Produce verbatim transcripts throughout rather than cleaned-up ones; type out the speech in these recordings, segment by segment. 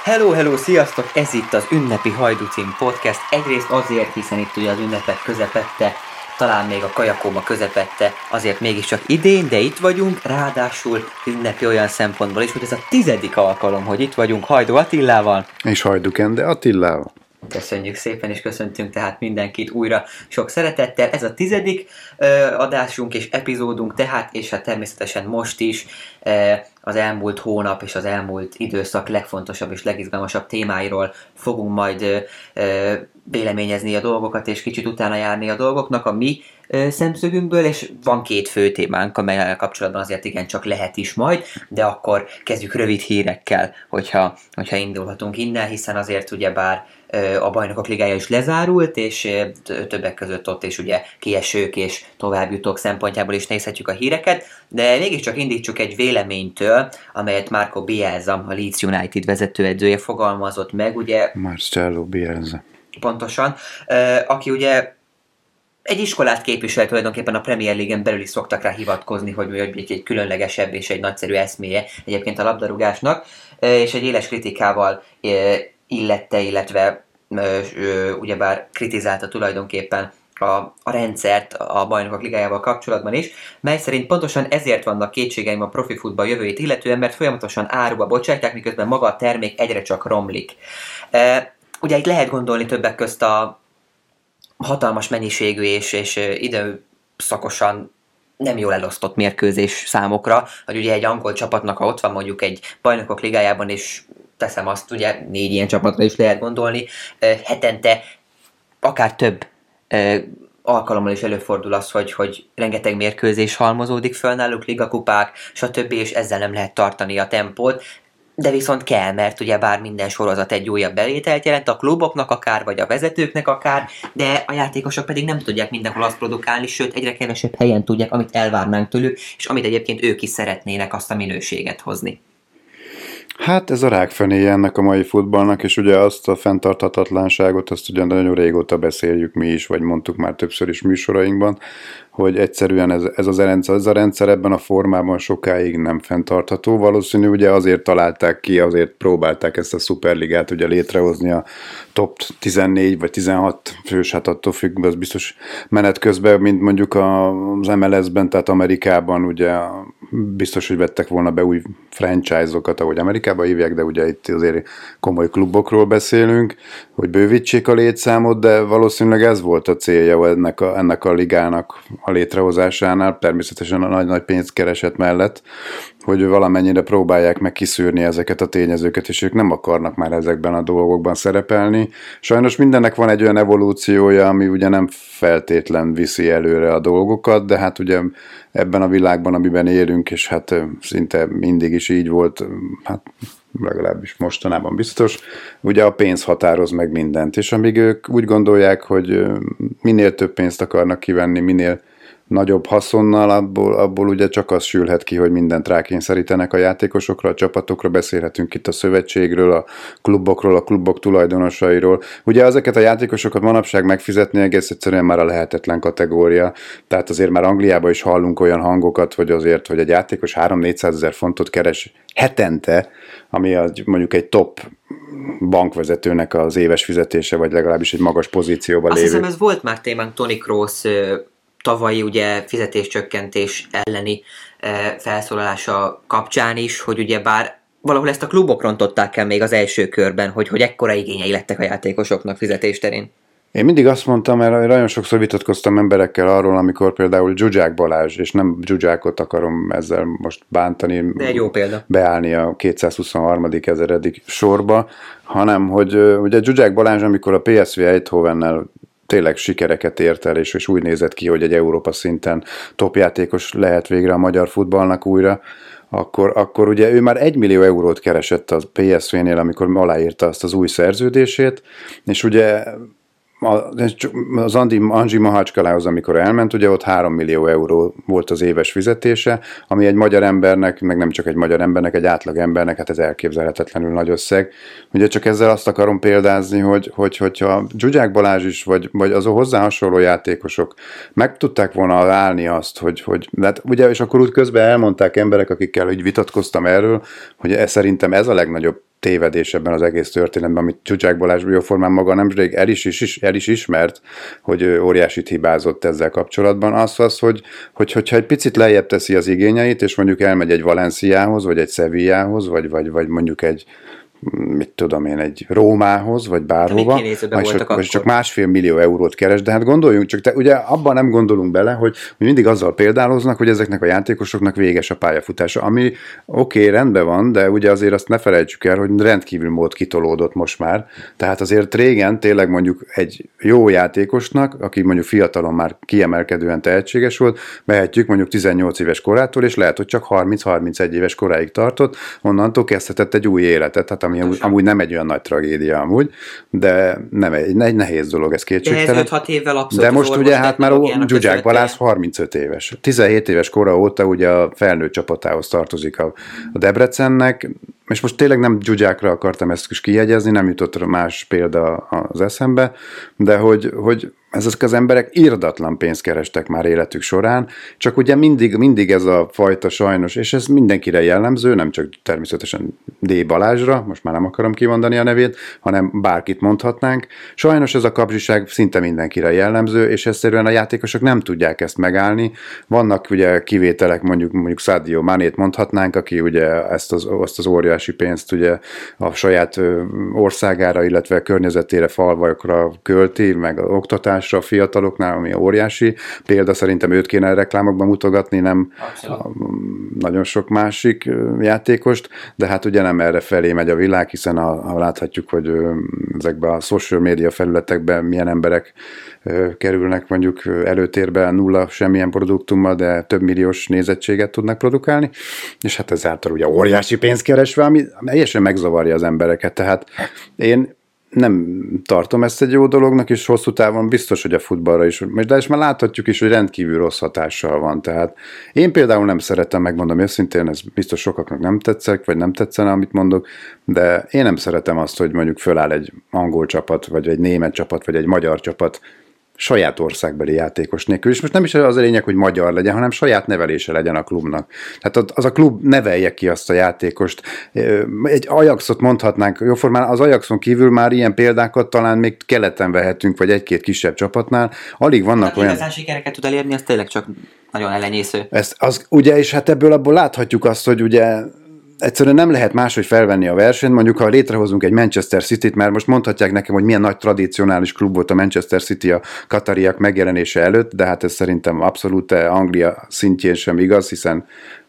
Hello, hello, sziasztok! Ez itt az Ünnepi Hajdú című podcast. Egyrészt azért, hiszen itt ugye az ünnepek közepette, talán még a kajakóma közepette, azért mégiscsak idén, de itt vagyunk, ráadásul ünnepi olyan szempontból is, hogy ez a tizedik alkalom, hogy itt vagyunk Hajdú Attilával. És Hajdú Kende Attilával. Köszönjük szépen, és köszöntünk tehát mindenkit újra sok szeretettel. Ez a tizedik ö, adásunk és epizódunk tehát, és hát természetesen most is ö, az elmúlt hónap és az elmúlt időszak legfontosabb és legizgalmasabb témáiról fogunk majd ö, ö, véleményezni a dolgokat, és kicsit utána járni a dolgoknak a mi ö, szemszögünkből, és van két fő témánk, amelyel kapcsolatban azért igencsak lehet is majd, de akkor kezdjük rövid hírekkel, hogyha, hogyha indulhatunk innen, hiszen azért ugyebár a Bajnokok Ligája is lezárult, és többek között ott is ugye kiesők és továbbjutók szempontjából is nézhetjük a híreket, de mégiscsak indítsuk egy véleménytől, amelyet Marco Bielsa, a Leeds United vezetőedzője fogalmazott meg, ugye... Marcelo Bielsa. Pontosan, aki ugye egy iskolát képvisel tulajdonképpen a Premier League-en belül is szoktak rá hivatkozni, hogy egy, egy különlegesebb és egy nagyszerű eszméje egyébként a labdarúgásnak, és egy éles kritikával illette, illetve ö, ö, ugyebár kritizálta tulajdonképpen a, a rendszert a Bajnokok Ligájával kapcsolatban is, mely szerint pontosan ezért vannak kétségeim a profi futball jövőjét illetően, mert folyamatosan áruba bocsátják, miközben maga a termék egyre csak romlik. E, ugye itt lehet gondolni többek közt a hatalmas mennyiségű és, és időszakosan nem jól elosztott mérkőzés számokra, hogy ugye egy angol csapatnak, ha ott van mondjuk egy Bajnokok Ligájában, és teszem azt, ugye négy ilyen csapatra is lehet gondolni, hetente akár több alkalommal is előfordul az, hogy, hogy rengeteg mérkőzés halmozódik föl náluk, ligakupák, stb., és ezzel nem lehet tartani a tempót, de viszont kell, mert ugye bár minden sorozat egy újabb bevételt jelent, a kluboknak akár, vagy a vezetőknek akár, de a játékosok pedig nem tudják mindenhol azt produkálni, sőt egyre kevesebb helyen tudják, amit elvárnánk tőlük, és amit egyébként ők is szeretnének azt a minőséget hozni. Hát ez a rákfenéje ennek a mai futballnak, és ugye azt a fenntarthatatlanságot, azt ugye nagyon régóta beszéljük mi is, vagy mondtuk már többször is műsorainkban, hogy egyszerűen ez, ez, az a rendszer, ez a rendszer ebben a formában sokáig nem fenntartható. Valószínű ugye azért találták ki, azért próbálták ezt a szuperligát ugye létrehozni a top tizennégy vagy tizenhat fős, hát attól függ, az biztos menet közben, mint mondjuk az em el es-ben, tehát Amerikában ugye biztos, hogy vettek volna be új franchise-okat, ahogy Amerikában hívják, de ugye itt azért komoly klubokról beszélünk, hogy bővítsék a létszámot, de valószínűleg ez volt a célja ennek a, ennek a ligának a létrehozásánál, természetesen a nagy-nagy pénzkereset mellett, hogy valamennyire próbálják meg kiszűrni ezeket a tényezőket, és ők nem akarnak már ezekben a dolgokban szerepelni. Sajnos mindennek van egy olyan evolúciója, ami ugye nem feltétlen viszi előre a dolgokat, de hát ugye ebben a világban, amiben élünk, és hát szinte mindig is így volt, hát legalábbis mostanában biztos, ugye a pénz határoz meg mindent, és amíg ők úgy gondolják, hogy minél több pénzt akarnak kivenni, minél nagyobb haszonnal, abból, abból ugye csak az sülhet ki, hogy mindent rákényszerítenek a játékosokra, a csapatokra, beszélhetünk itt a szövetségről, a klubokról, a klubok tulajdonosairól. Ugye ezeket a játékosokat manapság megfizetni egész egyszerűen már a lehetetlen kategória, tehát azért már Angliában is hallunk olyan hangokat, hogy azért, hogy egy játékos három-négyszázezer fontot keres hetente, ami az, mondjuk egy top bankvezetőnek az éves fizetése, vagy legalábbis egy magas pozícióban lévő. Azt hiszem, ez volt már témánk Toni Kroos tavalyi ugye fizetéscsökkentés elleni e, felszólalása kapcsán is, hogy ugye bár valahol ezt a klubok rontották el még az első körben, hogy, hogy ekkora igényei lettek a játékosoknak fizetésterén. Én mindig azt mondtam, mert nagyon sokszor vitatkoztam emberekkel arról, amikor például Zsuzsák Balázs, és nem Zsuzsákot akarom ezzel most bántani, de egy jó példa. Beállni a kétszázhuszonharmadik ezeredik sorba, hanem hogy ugye Zsuzsák Balázs, amikor a pé es vé Eindhovennel tényleg sikereket ért el, és, és úgy nézett ki, hogy egy Európa szinten topjátékos lehet végre a magyar futballnak újra, akkor, akkor ugye ő már egy millió eurót keresett a pé es vé-nél, amikor aláírta azt az új szerződését, és ugye az Andi, Anzsi Mahácskalához, amikor elment, ugye ott három millió euró volt az éves fizetése, ami egy magyar embernek, meg nem csak egy magyar embernek, egy átlag embernek, hát ez elképzelhetetlenül nagy összeg. Ugye csak ezzel azt akarom példázni, hogy, hogy hogyha Zsuzsák Balázs is, vagy, vagy az hozzá hasonló játékosok meg tudták volna állni azt, hogy, hogy hát ugye, és akkor úgy közben elmondták emberek, akikkel úgy vitatkoztam erről, hogy ez, szerintem ez a legnagyobb tévedés ebben az egész történetben, amit Zsuzsák Balázs jóformán maga nemrég el is, is, el is ismert, hogy óriásit hibázott ezzel kapcsolatban, az az, hogy, hogy hogyha egy picit lejjebb teszi az igényeit, és mondjuk elmegy egy Valenciához, vagy egy Sevillához, vagy, vagy, vagy mondjuk egy mit tudom én, egy Rómához, vagy bárhova, vagy csak, vagy csak másfél millió eurót keres, de hát gondoljunk, csak te, ugye abban nem gondolunk bele, hogy, hogy mindig azzal példáloznak, hogy ezeknek a játékosoknak véges a pályafutása, ami oké, okay, rendben van, de ugye azért azt ne felejtsük el, hogy rendkívül mód kitolódott most már, tehát azért régen tényleg mondjuk egy jó játékosnak, aki mondjuk fiatalon már kiemelkedően tehetséges volt, mehetjük mondjuk tizennyolc éves korától, és lehet, hogy csak harminc-harmincegy éves koráig tartott, onnantól kezdhetett egy új életet, tehát ami amúgy, amúgy nem egy olyan nagy tragédia amúgy, de nem egy, egy nehéz dolog, ez kétségtelen. De ez öt-hat évvel abszolút. De most ugye hát már Zsuzsák Balázs harmincöt éves. tizenhét éves kora óta ugye a felnőtt csapatához tartozik a, a Debrecennek, és most tényleg nem Zsuzsákra akartam ezt is kijegyezni, nem jutott más példa az eszembe, de hogy, hogy ezek az emberek irdatlan pénzt kerestek már életük során, csak ugye mindig, mindig ez a fajta sajnos, és ez mindenkire jellemző, nem csak természetesen D. Balázsra, most már nem akarom kimondani a nevét, hanem bárkit mondhatnánk. Sajnos ez a kapzsiság szinte mindenkire jellemző, és egyszerűen a játékosok nem tudják ezt megállni. Vannak ugye kivételek, mondjuk, mondjuk Sadio Manét mondhatnánk, aki ugye ezt az, azt az óriási pénzt ugye a saját országára, illetve környezetére, falvakra költi, meg az oktatás a fiataloknál, ami óriási. Példa szerintem őt kéne a reklámokban mutogatni, nem a, nagyon sok másik játékost, de hát ugye nem erre felé megy a világ, hiszen a, a láthatjuk, hogy ezekben a social media felületekben milyen emberek kerülnek mondjuk előtérbe nulla semmilyen produktummal, de több milliós nézettséget tudnak produkálni, és hát ezáltal ugye óriási pénzt keresve, ami teljesen megzavarja az embereket. Tehát én nem tartom ezt egy jó dolognak, és hosszú távon biztos, hogy a futballra is, de és már láthatjuk is, hogy rendkívül rossz hatással van. Tehát én például nem szeretem, megmondom őszintén, ez biztos sokaknak nem tetszek, vagy nem tetszene, amit mondok, de én nem szeretem azt, hogy mondjuk föláll egy angol csapat, vagy egy német csapat, vagy egy magyar csapat saját országbeli játékos nélkül. És most nem is az a lényeg, hogy magyar legyen, hanem saját nevelése legyen a klubnak. Tehát az a klub nevelje ki azt a játékost. Egy Ajaxot mondhatnánk, jóformán az Ajaxon kívül már ilyen példákat talán még keleten vehetünk, vagy egy-két kisebb csapatnál. Alig vannak hát, olyan... igazán sikereket tud elérni, az tényleg csak nagyon ellenyésző. Ez, az, ugye, és hát ebből abból láthatjuk azt, hogy ugye egyszerűen nem lehet máshogy felvenni a versenyt, mondjuk ha létrehozunk egy Manchester Cityt, mert most mondhatják nekem, hogy milyen nagy tradicionális klub volt a Manchester City a katariak megjelenése előtt, de hát ez szerintem abszolút Anglia szintjén sem igaz, hiszen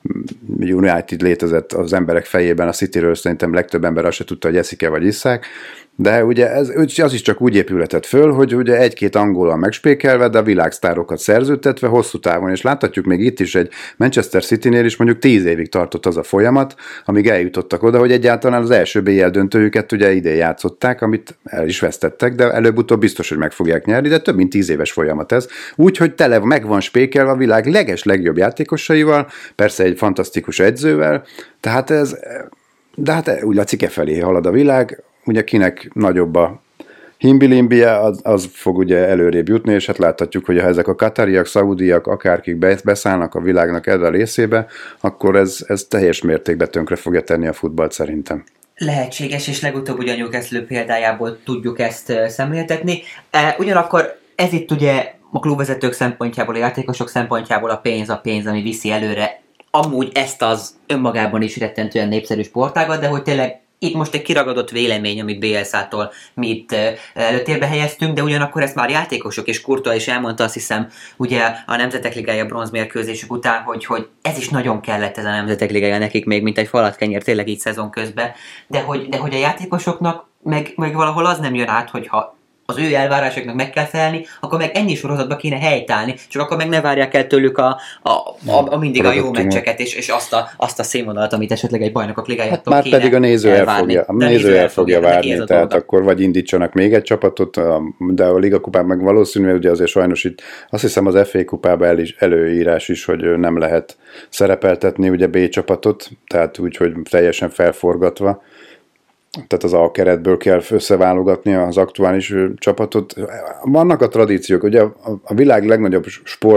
United létezett az emberek fejében, a Cityről szerintem legtöbb ember azt se tudta, hogy eszik-e vagy isszák, de ugye ez, az is csak úgy épületett föl, hogy ugye egy-két angolal megspékelve, de a világsztárokat szerződtetve hosszú távon, és láthatjuk még itt is egy Manchester Citynél is mondjuk tíz évig tartott az a folyamat, amíg eljutottak oda, hogy egyáltalán az első bé el döntőjüket ugye idén játszották, amit el is vesztettek, de előbb-utóbb biztos, hogy meg fogják nyerni, de több mint tíz éves folyamat ez. Úgyhogy tele meg van spékelve a világ leges legjobb játékosaival, persze egy fantasztikus edzővel, tehát ez, de hát úgy látszik, e felé halad a világ, ugye kinek nagyobb a himbilimbie, az, az fog ugye előrébb jutni, és hát láthatjuk, hogy ha ezek a katariak, szaudiak, akárkik beszállnak a világnak erre a részébe, akkor ez, ez teljes mértékben tönkre fogja tenni a futballt szerintem. Lehetséges, és legutóbb ugye a Newcastle példájából tudjuk ezt szemléltetni. Ugyanakkor ez itt ugye a klubvezetők szempontjából, a játékosok szempontjából a pénz a pénz, ami viszi előre amúgy ezt az önmagában is rettentően népszerű sportágat, de hogy tényleg itt most egy kiragadott vélemény, amit bé el es-tól mi itt előtérbe helyeztünk, de ugyanakkor ezt már játékosok, és Courtois is elmondta, azt hiszem, ugye a Nemzetek Ligája bronzmérkőzésük után, hogy, hogy ez is nagyon kellett ez a Nemzetek Ligája nekik még, mint egy falatkenyér tényleg így szezon közben, de hogy, de hogy a játékosoknak meg, meg valahol az nem jön át, hogyha az ő elvárásoknak meg kell felelni, akkor meg ennyi sorozatba kéne helytállni, csak akkor meg ne várják el tőlük a, a, a, a mindig a jó meccseket, és, és azt, a, azt a színvonalat, amit esetleg egy bajnokok ligájától hát már pedig a néző el fogja, a néző el fogja várni, tehát akkor vagy indítsanak még egy csapatot, de a ligakupában meg valószínűleg ugye azért sajnos itt azt hiszem az ef á kupában el is, előírás is, hogy nem lehet szerepeltetni ugye B csapatot, tehát úgy, hogy teljesen felforgatva. Tehát az A keretből kell összeválogatni az aktuális csapatot. Vannak a tradíciók, ugye a világ legnagyobb sport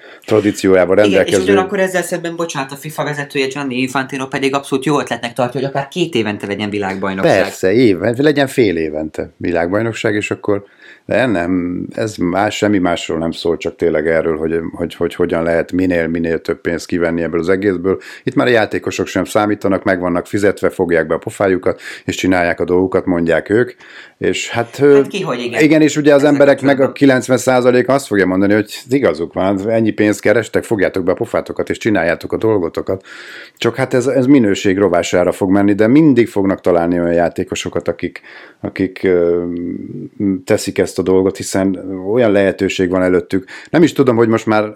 tradíciójával rendelkező. Igen, és ugyanakkor ezzel szemben, bocsánat, a FIFA vezetője Gianni Infantino pedig abszolút jó ötletnek tartja, hogy akár két évente legyen világbajnokság. Persze, évente, legyen fél évente világbajnokság, és akkor de nem, ez más, semmi másról nem szól, csak tényleg erről, hogy, hogy, hogy hogyan lehet minél-minél több pénzt kivenni ebből az egészből. Itt már a játékosok sem számítanak, meg vannak fizetve, fogják be a pofájukat, és csinálják a dolgokat, mondják ők. És hát, hát ki, hogy igen. igen, és ugye az Ezek emberek meg a kilencven százalék azt fogja mondani, hogy igazuk van, ennyi pénzt kerestek, fogjátok be a pofátokat, és csináljátok a dolgotokat. Csak hát ez, ez minőség rovására fog menni, de mindig fognak találni olyan játékosokat, akik, akik ö, teszik ezt a dolgot, hiszen olyan lehetőség van előttük. Nem is tudom, hogy most már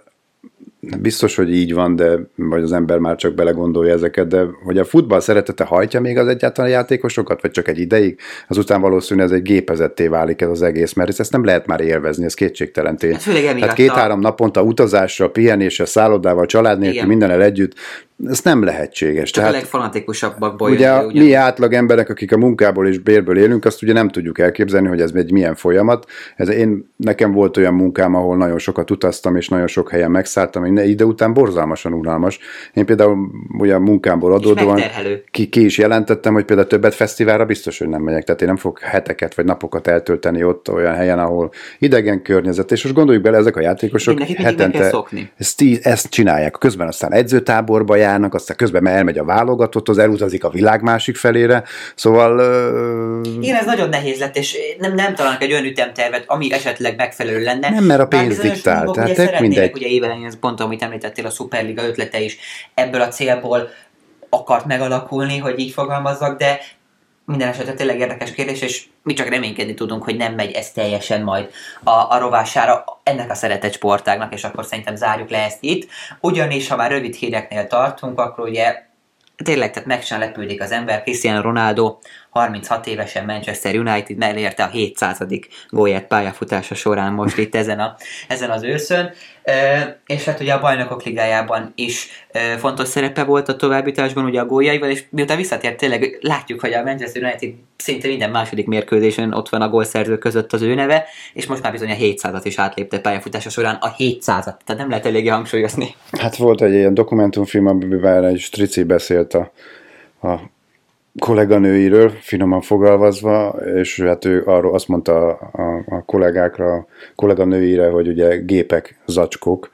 biztos, hogy így van, de vagy az ember már csak belegondolja ezeket, de hogy a futball szeretete hajtja még az egyáltalán a játékosokat, vagy csak egy ideig, azután valószínűleg ez egy gépezetté válik ez az egész, mert ezt nem lehet már élvezni, ez kétségtelen tény. Hát két-három naponta utazásra, pihenésre, szállodával, család nélkül, mindennel együtt, ez nem lehetséges. Csak Tehát, a legfanatikusabbakból ugye, jön, ugye mi átlag emberek, akik a munkából és bérből élünk, azt ugye nem tudjuk elképzelni, hogy ez egy milyen folyamat. Ez én, nekem volt olyan munkám, ahol nagyon sokat utaztam, és nagyon sok helyen megszálltam, hogy ide után borzalmasan unalmas. Én például ugye a munkámból adódóan ki, ki is jelentettem, hogy például többet fesztiválra biztos, hogy nem megyek. Tehát én nem fogok heteket vagy napokat eltölteni ott olyan helyen, ahol idegen környezet. És most gondoljuk bele, ezek a játékosok hetente ezt, ezt csinálják. Közben aztán edzőtáborba járnak, aztán közben elmegy a válogatotthoz, elutazik a világ másik felére, szóval... Uh... Igen, ez nagyon nehéz lett, és nem, nem találnak egy olyan ütemtervet, ami esetleg megfelelő lenne. Nem, mert a pénz diktál. Tehát ugye mindegy. Ugye évelején, ez pont, amit említettél, a Superliga ötlete is ebből a célból akart megalakulni, hogy így fogalmazzak, de minden esetre tényleg érdekes kérdés, és mi csak reménykedni tudunk, hogy nem megy ez teljesen majd a, a rovására ennek a szeretett sportágnak, és akkor szerintem zárjuk le ezt itt. Ugyanis, ha már rövid híreknél tartunk, akkor ugye tényleg, tehát meg sem lepődik az ember. Cristiano Ronaldo harminchat évesen Manchester United elérte a hétszázadik gólját pályafutása során most itt ezen, a, ezen az őszön. E, és hát ugye a Bajnokok Ligájában is e, fontos szerepe volt a továbbjutásban ugye a góljaival, és miután visszatért, tényleg látjuk, hogy a Manchester United szinte minden második mérkőzésen ott van a gólszerző között az ő neve, és most már bizony a hétszázat is átlépte pályafutása során, a hétszázat, tehát nem lehet eléggé hangsúlyozni. Hát volt egy ilyen dokumentumfilm, amiben egy Strici beszélt a, a kolléganőiről, finoman fogalmazva, és hát ő arról azt mondta a, a, a kollégákra, a kolléganőire, hogy ugye gépek, zacskók,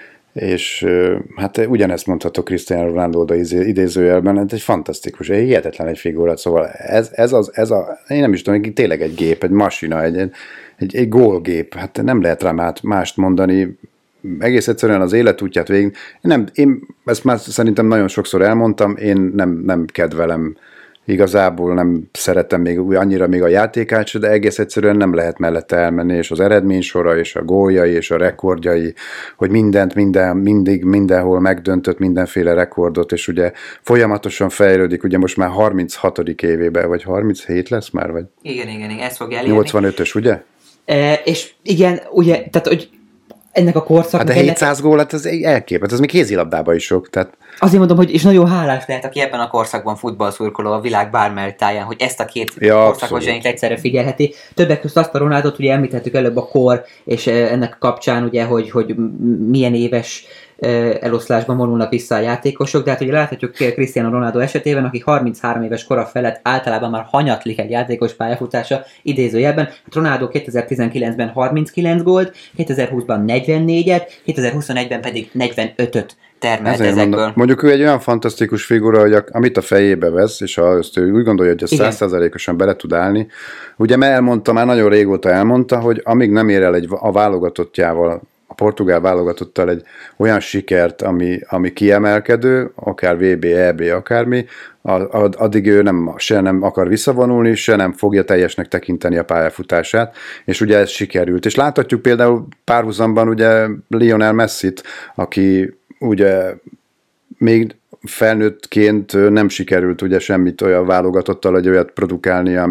és hát ugyanezt mondhatok Cristiano Ronaldo idézőjelben, ez egy fantasztikus, egy hihetetlen egy figura, szóval ez, ez, az, ez a, én nem is tudom, tényleg egy gép, egy masina, egy, egy, egy gólgép, hát nem lehet rá mást mondani, egész egyszerűen az életútját végig. Nem, én ezt már szerintem nagyon sokszor elmondtam, én nem, nem kedvelem, igazából nem szeretem még annyira még a játékát se, de egész egyszerűen nem lehet mellette elmenni, és az eredménysora, és a góljai, és a rekordjai, hogy mindent, minden, mindig, mindenhol megdöntött mindenféle rekordot, és ugye folyamatosan fejlődik, ugye most már harminchatodik évében, vagy harminchét lesz már, vagy? Igen, igen, igen, ezt fog elérni. nyolcvanötös, ugye? E, és igen, ugye, tehát, hogy ennek a korszaknak... Hát a hétszáz gól, hát ez elképet, ez még kézilabdában is sok, tehát... Azért mondom, hogy és nagyon hálás lehet, aki ebben a korszakban futballszurkoló a világ bármely táján, hogy ezt a két ja, korszakos zsenit egyszerre figyelheti. Többek között azt a Ronaldot, ugye említettük előbb a kor, és ennek kapcsán ugye, hogy, hogy milyen éves eloszlásban vonulnak vissza a játékosok, de hát ugye láthatjuk Cristiano Ronaldo esetében, aki harminchárom éves kora felett általában már hanyatlik egy játékos pályafutása idézőjelben. Hát Ronaldo kétezer-tizenkilencben harminckilenc gólt, kétezer-húszban negyvennégyet, kétezer-huszonegyben pedig negyvenötöt termelt ezekből. Mondom, mondjuk ő egy olyan fantasztikus figura, hogy a, amit a fejébe vesz, és ha azt ő úgy gondolja, hogy száz százalékosan bele tud állni. Ugye már elmondta, már nagyon régóta elmondta, hogy amíg nem ér el egy, a válogatottjával, a portugál válogatottal egy olyan sikert, ami, ami kiemelkedő, akár vé bé, é bé, akármi, addig ő nem, se nem akar visszavonulni, se nem fogja teljesnek tekinteni a pályafutását, és ugye ez sikerült. És láthatjuk például párhuzamban ugye Lionel Messit, aki ugye még felnőttként nem sikerült ugye semmit olyan válogatottal, hogy olyat produkálni, ami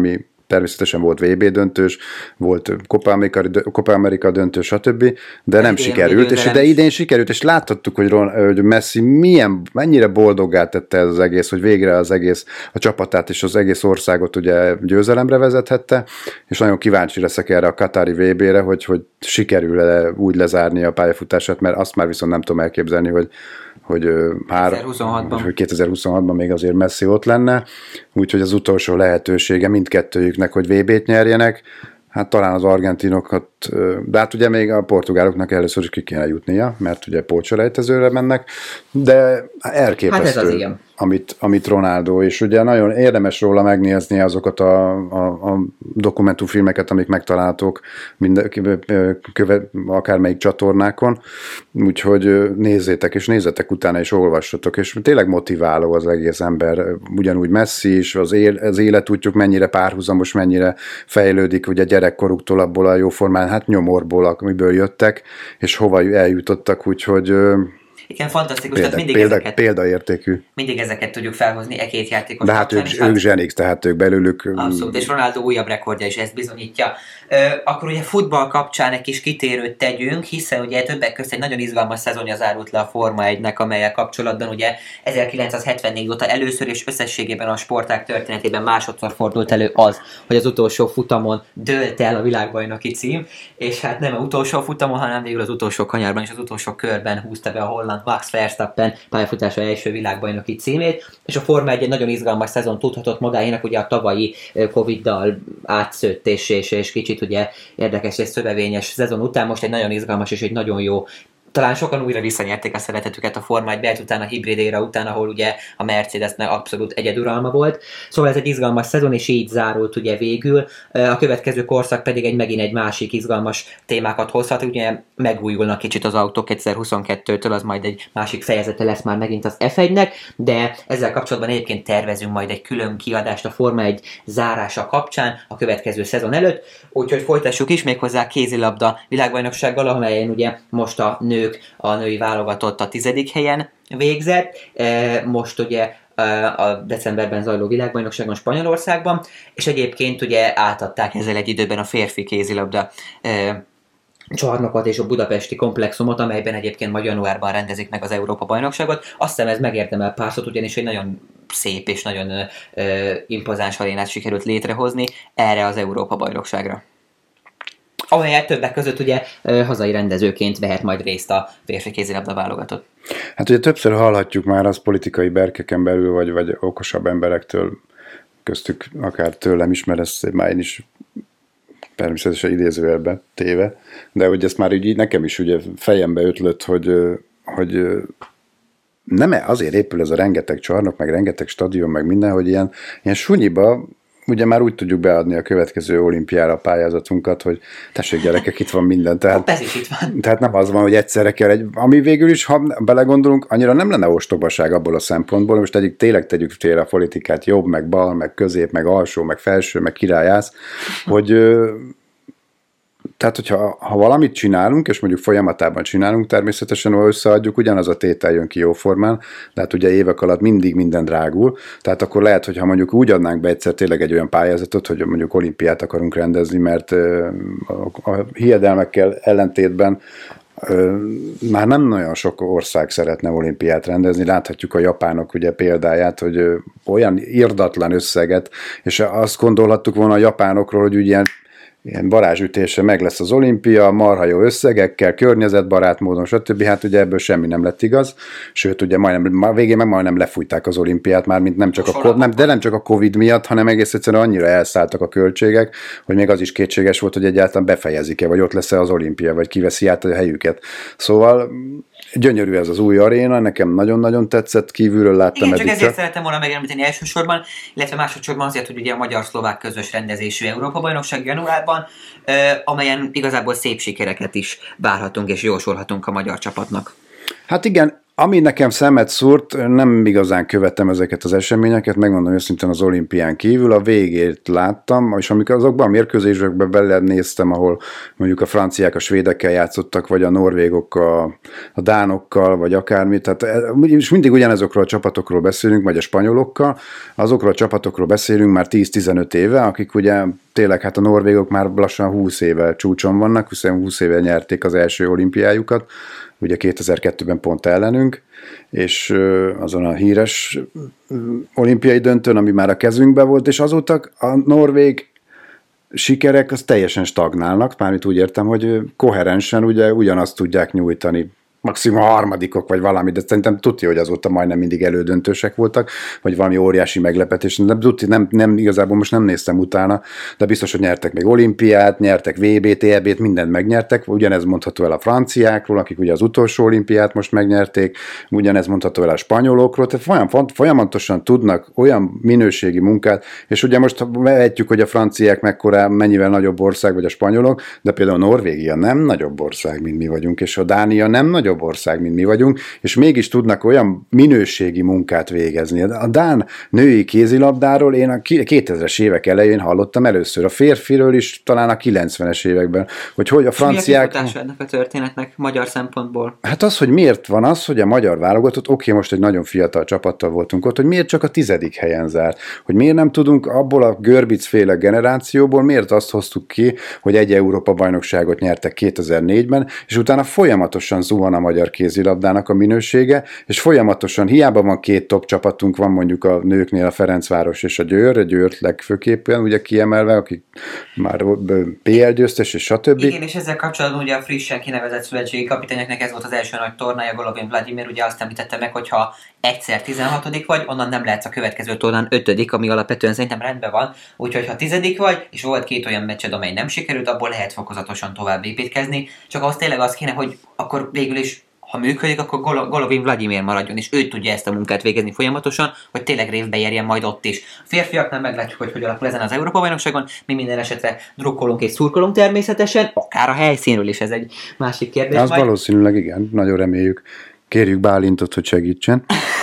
természetesen volt vé bé döntős, volt Copa America, Copa America döntő, stb., de nem sikerült, és de idén sikerült, és láthattuk, hogy, Ron, hogy Messi milyen, mennyire boldoggá tette ez az egész, hogy végre az egész, a csapatát és az egész országot ugye győzelemre vezethette, és nagyon kíváncsi leszek erre a katári vé bére, hogy, hogy sikerül-e úgy lezárni a pályafutását, mert azt már viszont nem tudom elképzelni, hogy hogy, kétezer-huszonhatban. hogy kétezer-huszonhatban még azért Messi ott lenne, úgyhogy az utolsó lehetősége mindkettőjüknek, hogy vé bét nyerjenek, hát talán az argentinokat, de hát ugye még a portugáloknak először is ki kéne jutnia, mert ugye pótselejtezőre mennek, de elképesztő, hát ez az, igen. Amit, amit Ronaldo, és ugye nagyon érdemes róla megnézni azokat a, a, a dokumentumfilmeket, amik megtalálhatók minden, köve, akármelyik csatornákon, úgyhogy nézzétek, és nézzetek utána, és olvassatok, és tényleg motiváló az egész ember, ugyanúgy Messi is, az, él, az életútjuk mennyire párhuzamos, mennyire fejlődik, ugye gyerekkoruktól abból a jóformán, hát nyomorból, amiből jöttek, és hova eljutottak, úgyhogy igen, fantasztikus. Példa, tehát mindig példa, ezeket, példaértékű. Mindig ezeket tudjuk felhozni e két játékos. De hát ők, ők zsenik, tehát ők belőlük. Abszolút, és Ronaldo újabb rekordja is ezt bizonyítja. Akkor ugye futball kapcsán egy kis kitérőt tegyünk, hiszen ugye többek között egy nagyon izgalmas szezonja zárult le a Forma egynek, amellyel kapcsolatban ugye ezerkilencszázhetvennégy óta először és összességében a sportág történetében másodszor fordult elő az, hogy az utolsó futamon dőlt el a világbajnoki cím, és hát nem az utolsó futamon, hanem végül az utolsó kanyarban és az utolsó körben húzta be a holland Max Verstappen pályafutása első világbajnoki címét, és a Forma egy, egy nagyon izgalmas szezon tudhatott magáénak, ugye a tavalyi Coviddal átszőtt és, és, és kicsit ugye érdekes és szövevényes szezon után most egy nagyon izgalmas és egy nagyon jó, talán sokan újra visszanyerték a szeretetüket a Forma egybe, után a hibrid éra után, ahol ugye a Mercedesnek abszolút egyeduralma volt. Szóval ez egy izgalmas szezon, és így zárult ugye végül. A következő korszak pedig egy megint egy másik izgalmas témákat hozhat. Ugye megújulnak kicsit az autók kétezer-huszonkettőtől, az majd egy másik fejezete lesz már megint az ef egynek, de ezzel kapcsolatban egyébként tervezünk majd egy külön kiadást a Forma egy zárása kapcsán a következő szezon előtt. Úgyhogy folytassuk is méghozzá kézilabda világbajnoksággal, amelyen ugye most a nők, a női válogatott a tizedik helyen végzett. Most ugye a decemberben zajló világbajnokságon Spanyolországban, és egyébként ugye átadták ezzel egy időben a férfi kézilabda csarnokot és a budapesti komplexumot, amelyben egyébként majd januárban rendezik meg az Európa-bajnokságot. Azt hiszem ez megérdemel pár szót, ugyanis egy nagyon szép és nagyon ö, impozáns arénát sikerült létrehozni erre az Európa-bajnokságra, amelyet többek között ugye hazai rendezőként vehet majd részt a férfi kézilabda válogatott. Hát ugye többször hallhatjuk már az politikai berkeken belül, vagy, vagy okosabb emberektől, köztük akár tőlem is, mert ezt már én is természetesen idézőjelben téve, de hogy ezt már így nekem is ugye fejembe ötlött, hogy, hogy nem azért épül ez a rengeteg csarnok, meg rengeteg stadion, meg minden, hogy ilyen, ilyen sunyiba, ugye már úgy tudjuk beadni a következő olimpiára a pályázatunkat, hogy tessék gyerekek, itt van minden. Tehát, ez is itt van. Tehát nem az van, hogy egyszerre kell egy, ami végül is, ha belegondolunk, annyira nem lenne ostobaság abból a szempontból, most egyik tényleg tegyük félre a politikát, jobb, meg bal, meg közép, meg alsó, meg felső, meg királyász, hogy tehát, hogyha ha valamit csinálunk, és mondjuk folyamatában csinálunk, természetesen, ha összeadjuk, ugyanaz a tétel jön ki jóformán, de hát ugye évek alatt mindig minden drágul, tehát akkor lehet, hogy ha mondjuk úgy adnánk be egyszer tényleg egy olyan pályázatot, hogy mondjuk olimpiát akarunk rendezni, mert a hiedelmekkel ellentétben már nem nagyon sok ország szeretne olimpiát rendezni, láthatjuk a japánok ugye példáját, hogy olyan irdatlan összeget, és azt gondolhattuk volna a japánokról, hogy ugye ilyen ilyen varázsütésre meg lesz az olimpia, marha jó összegekkel, környezetbarát módon, stb. Hát ugye ebből semmi nem lett igaz, sőt ugye majdnem, a végén meg majdnem lefújták az olimpiát, már mint nem csak a, nem, de nem csak a Covid miatt, hanem egész egyszerűen annyira elszálltak a költségek, hogy még az is kétséges volt, hogy egyáltalán befejezik-e, vagy ott lesz-e az olimpia, vagy kiveszi át a helyüket. Szóval gyönyörű ez az új aréna, nekem nagyon-nagyon tetszett, kívülről láttam. Igen, csak ezért szerettem volna megemlíteni elsősorban, illetve másodszorban azért, hogy ugye a magyar-szlovák közös rendezésű Európa-bajnokság januárban, amelyen igazából szép sikereket is várhatunk és jósolhatunk a magyar csapatnak. Hát igen, Ami nekem szemet szúrt, nem igazán követtem ezeket az eseményeket, megmondom őszintén az olimpián kívül, a végét láttam, és amikor azokban a mérkőzésekben belenéztem, ahol mondjuk a franciák a svédekkel játszottak, vagy a norvégok a, a dánokkal, vagy akármi, tehát és mindig ugyanezokról a csapatokról beszélünk, vagy a spanyolokkal, azokról a csapatokról beszélünk már tíz-tizenöt éve, akik ugye tényleg hát a norvégok már lassan húsz éve csúcson vannak, hiszen húsz éve nyerték az első olimpiájukat, ugye kétezer-kettőben pont ellenünk, és azon a híres olimpiai döntőn, ami már a kezünkben volt, és azóta a norvég sikerek az teljesen stagnálnak, mármint úgy értem, hogy koherensen ugye ugyanazt tudják nyújtani, maximum a harmadikok, vagy valami, de szerintem tudja, hogy azóta majdnem mindig elődöntősek voltak, vagy valami óriási meglepetés. Nem, nem, nem, igazából most nem néztem utána, de biztos, hogy nyertek még olimpiát, nyertek vé bét, é bét, mindent megnyertek. Ugyanez mondható el a franciákról, akik ugye az utolsó olimpiát most megnyerték, ugyanez mondható el a spanyolokról, tehát folyam, folyamatosan tudnak olyan minőségi munkát, és ugye most vehetjük, hogy a franciák mekkora, mennyivel nagyobb ország, vagy a spanyolok, de például Norvégia nem nagyobb ország, mint mi vagyunk, és a Dánia nem nagyobb ország, mint mi vagyunk, és mégis tudnak olyan minőségi munkát végezni. A dán női kézilabdáról én a kétezres évek elején hallottam először, a férfiről is talán a kilencvenes években, hogy hogy a franciák... Mi a ennek a történetnek magyar szempontból? Hát az, hogy miért van az, hogy a magyar válogatott, oké, most egy nagyon fiatal csapattal voltunk ott, hogy miért csak a tizedik helyen zárt, hogy miért nem tudunk abból a Görbic-féle generációból, miért azt hoztuk ki, hogy egy Európa-bajnokságot nyertek kétezer-négyben, és utána folyamatosan zuhan a magyar kézilabdának a minősége, és folyamatosan hiába van két top csapatunk, van mondjuk a nőknél a Ferencváros és a Győr, a Győrt legfőképpen ugye kiemelve, akik már bé el győztes és stb. Igen, és ezzel kapcsolatban ugye a frissen kinevezett szövetségi kapitányoknak ez volt az első nagy tornája, Golovin Vladimir ugye azt említette meg, hogy ha egyszer tizenhatodik vagy, onnan nem lehetsz a következő tornán ötödik, ami alapvetően szerintem rendben van, úgyhogy ha tizedik vagy, és volt két olyan meccsed, amely nem sikerült, abból lehet fokozatosan tovább építkezni, csak ahhoz tényleg az kéne, hogy akkor végül is ha működik, akkor Gol- Golovin Vladimir maradjon, és ő tudja ezt a munkát végezni folyamatosan, hogy tényleg révbe érjen majd ott is. A férfiaknál meglátjuk, hogy hogy alakul ezen az Európa-bajnokságon, mi minden esetre drukkolunk és szurkolunk természetesen, akár a helyszínről is, ez egy másik kérdés. Az majd. Valószínűleg igen, nagyon reméljük. Kérjük Bálintot, hogy segítsen.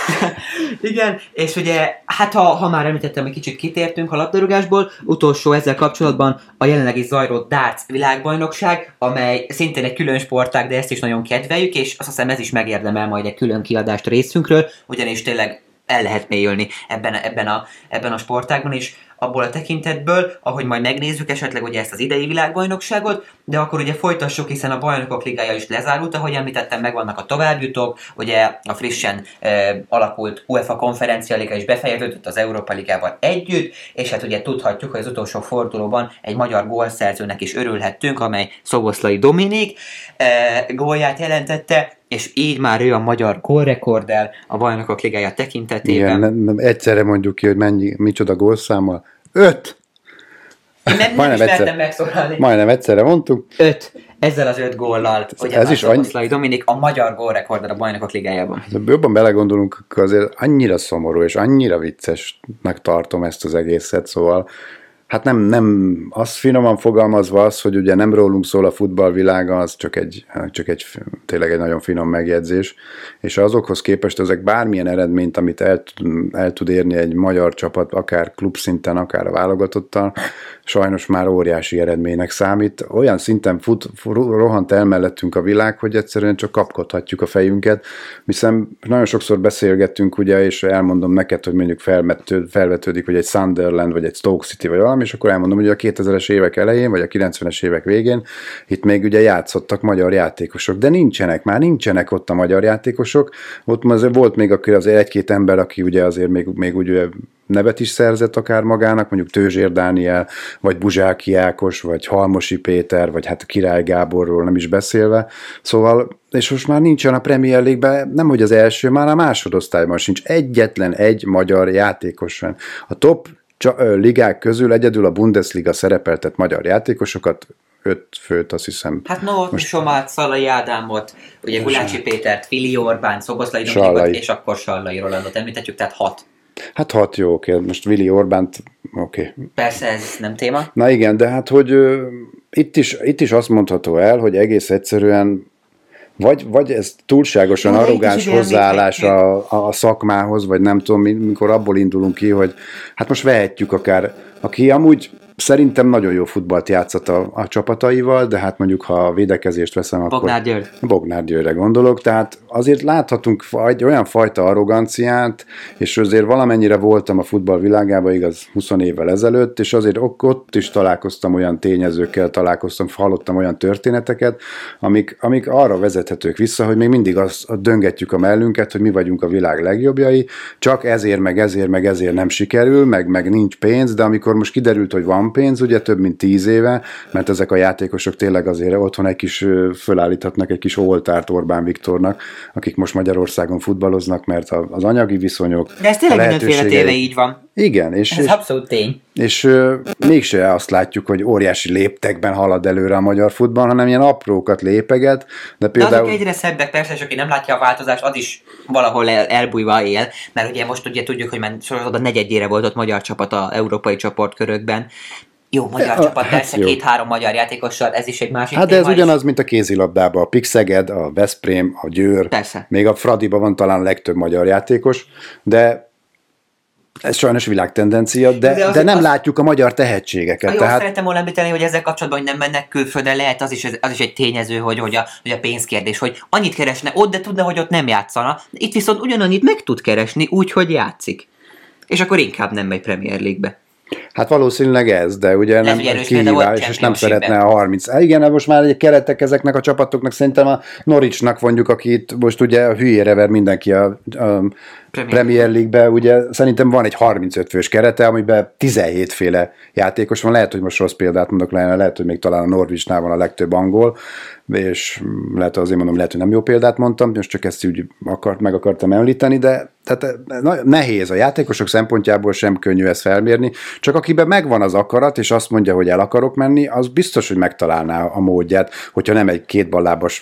Igen, és ugye, hát ha, ha már említettem, egy kicsit kitértünk a labdarúgásból, utolsó ezzel kapcsolatban a jelenlegi zajló darts világbajnokság, amely szintén egy külön sportág, de ezt is nagyon kedveljük, és azt hiszem ez is megérdemel majd egy külön kiadást a részünkről, ugyanis tényleg el lehet mélyülni ebben, ebben, a, ebben a sportágban is, abból a tekintetből, ahogy majd megnézzük esetleg ugye ezt az idei világbajnokságot, de akkor ugye folytassuk, hiszen a Bajnokok Ligája is lezárult, ahogy említettem, megvannak a továbbjutók, ugye a frissen e, alakult UEFA Konferencia Liga is befejeződött az Európa Ligával együtt, és hát ugye tudhatjuk, hogy az utolsó fordulóban egy magyar gólszerzőnek is örülhettünk, amely Szoboszlai Dominik e, gólját jelentette, és így már ő a magyar gólrekorddel a Bajnokok Ligája tekintetében. Igen, nem, nem, egyszerre mondjuk ki, hogy mennyi, micsoda gólszámmal. Öt! Nem, nem majdnem ismertem megszólalni. Majdnem egyszerre mondtuk. Öt. Ezzel az öt góllal, ugye ez is annyi... Dominik a magyar gólrekorddal a Bajnokok Ligájában. Jobban belegondolunk, azért annyira szomorú és annyira viccesnek tartom ezt az egészet, szóval hát nem, nem, az finoman fogalmazva az, hogy ugye nem rólunk szól a futballvilága, az csak egy, csak egy, tényleg egy nagyon finom megjegyzés, és azokhoz képest ezek bármilyen eredményt, amit el, el tud érni egy magyar csapat, akár klubszinten, akár a válogatottal, sajnos már óriási eredménynek számít. Olyan szinten fut, rohant el mellettünk a világ, hogy egyszerűen csak kapkodhatjuk a fejünket, hiszen nagyon sokszor beszélgettünk, ugye, és elmondom neked, hogy mondjuk felmető, felvetődik, hogy egy Sunderland, vagy egy Stoke City, vagy valami, és akkor elmondom, hogy a kétezres évek elején, vagy a kilencvenes évek végén itt még ugye játszottak magyar játékosok, de nincsenek, már nincsenek ott a magyar játékosok, ott azért volt még azért egy-két ember, aki ugye azért még, még ugye nevet is szerzett akár magának, mondjuk Tőzsér Dániel, vagy Buzsáki Ákos, vagy Halmosi Péter, vagy hát Király Gáborról nem is beszélve. Szóval, és most már nincsen a Premier League-ben, nem hogy az első, már a másodosztályban sincs egyetlen egy magyar játékos van. A top ligák közül egyedül a Bundesliga szerepeltet magyar játékosokat, öt főt, azt hiszem. Hát no, most... Somát, Szalai Ádámot, ugye Gulácsi Pétert, Fili Orbán, Szoboszlai Dominikot, és akkor Sallai Rolandot említettük, tehát hat. Hát hat, jó, oké, most Vili Orbánt, oké. Persze, ez nem téma. Na igen, de hát, hogy uh, itt, is, itt is azt mondható el, hogy egész egyszerűen Vagy, vagy ez túlságosan Jó, arrogáns hozzáállás a, a szakmához, vagy nem tudom, mikor abból indulunk ki, hogy hát most vehetjük akár, aki amúgy szerintem nagyon jó futballt játszott a, a csapataival, de hát mondjuk, ha a védekezést veszem, akkor... Bognár György. Bognár Györgyre gondolok, tehát azért láthatunk egy olyan fajta arroganciát, és azért valamennyire voltam a futball világában, igaz, húsz évvel ezelőtt, és azért ott is találkoztam olyan tényezőkkel, találkoztam, hallottam olyan történeteket, amik, amik arra vezethetők vissza, hogy még mindig azt döngetjük a mellünket, hogy mi vagyunk a világ legjobbjai, csak ezért, meg ezért, meg ezért nem sikerül, meg, meg nincs pénz, de amikor most kiderült, hogy van pénz, ugye több mint tíz éve, mert ezek a játékosok tényleg azért otthon egy kis fölállíthatnak egy kis oltárt Orbán Viktornak, akik most Magyarországon futballoznak, mert az anyagi viszonyok... De ez tényleg mindenféle téve így van. Igen. És, ez és, abszolút tény. És, és uh, mégse azt látjuk, hogy óriási léptekben halad előre a magyar futball, hanem ilyen aprókat lépeget. De, például... de azok egyre szebbek, persze, és aki nem látja a változást, az is valahol el, elbújva él, mert ugye most ugye tudjuk, hogy már sorozat negyedjére volt ott magyar csapat a európai csoportkörökben. Jó, magyar ja, csapat, persze, hát két-három magyar játékossal, ez is egy másik Hát de ez ugyanaz, is. mint a kézilabdában, a Pixeged, a Veszprém, a Győr, persze. Még a Fradiban van talán a legtöbb magyar játékos, de ez sajnos világtendencia, de, de, de nem az... látjuk a magyar tehetségeket. Jó, tehát... szeretem volna említeni, hogy ezzel kapcsolatban, hogy nem mennek külföldre, lehet az is, az is egy tényező, hogy, hogy, a, hogy a pénzkérdés, hogy annyit keresne ott, de tudna, hogy ott nem játszana. Itt viszont ugyanannyit meg tud keresni, úgy, hogy játszik. És akkor inkább nem megy Premier League-be. Hát valószínűleg ez, de ugye nem kihívás, és nem szeretne a harminc. Igen, most már egy keretek ezeknek a csapatoknak, szerintem a Norwichnak mondjuk, aki itt most ugye a hülyére ver mindenki a, a Premier, Premier League-be, ugye szerintem van egy harmincöt fős kerete, amiben tizenhét féle játékos van, lehet, hogy most rossz példát mondok le, lehet, hogy még talán a Norwichnál van a legtöbb angol, és lehet, azért mondom, lehet, hogy nem jó példát mondtam, most csak ezt úgy akart, meg akartam említeni, de tehát nehéz a játékosok szempontjából, sem könnyű ezt felmérni, csak akiben megvan az akarat, és azt mondja, hogy el akarok menni, az biztos, hogy megtalálná a módját, hogyha nem egy kétballábas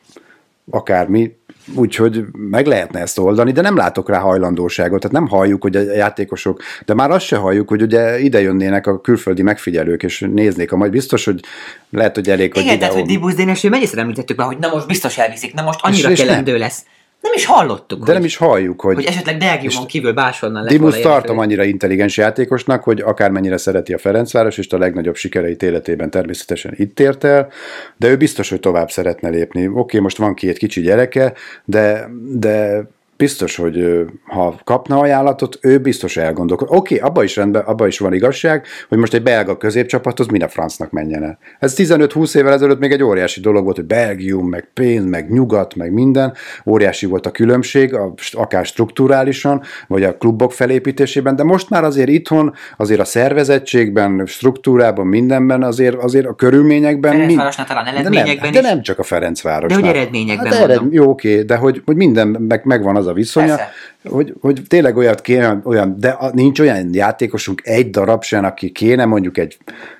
akármi, úgyhogy meg lehetne ezt oldani, de nem látok rá hajlandóságot, tehát nem halljuk, hogy a játékosok, de már azt se halljuk, hogy ugye ide jönnének a külföldi megfigyelők, és néznék a majd biztos, hogy lehet, hogy elég, hogy igen, videó... tehát, hogy Dibusz Dénes, ő mennyiszer említettük már, hogy na most biztos elviszik, na most annyira kelendő lesz. Nem is hallottuk. De hogy, nem is halljuk, hogy... Hogy esetleg Belgiumon kívül máshonnan lesz. Dibusz tartom annyira intelligens játékosnak, hogy akármennyire szereti a Ferencváros, és a legnagyobb sikereit életében természetesen itt ért el, de ő biztos, hogy tovább szeretne lépni. Oké, okay, most van két kicsi gyereke, de, de biztos, hogy ha kapna ajánlatot, ő biztos elgondolkod. Oké, okay, abban is rendben, abban is van igazság, hogy most egy belga középcsapathoz min a francnak menjen el. Ez tizenöt-húsz évvel ezelőtt még egy óriási dolog volt, hogy Belgium, meg pénz, meg nyugat, meg minden. Óriási volt a különbség, akár strukturálisan, vagy a klubok felépítésében, de most már azért itthon, azért a szervezettségben, struktúrában, mindenben, azért, azért a körülményekben... Ferencvárosnál talán eredményekben de nem, de nem csak a Ferencvárosnál. De hogy eredményekben hát ered, jó, oké, de hogy, hogy minden meg, megvan az a viszonya, hogy, hogy tényleg olyat kéne, olyan, de nincs olyan játékosunk egy darab sen, aki kéne mondjuk egy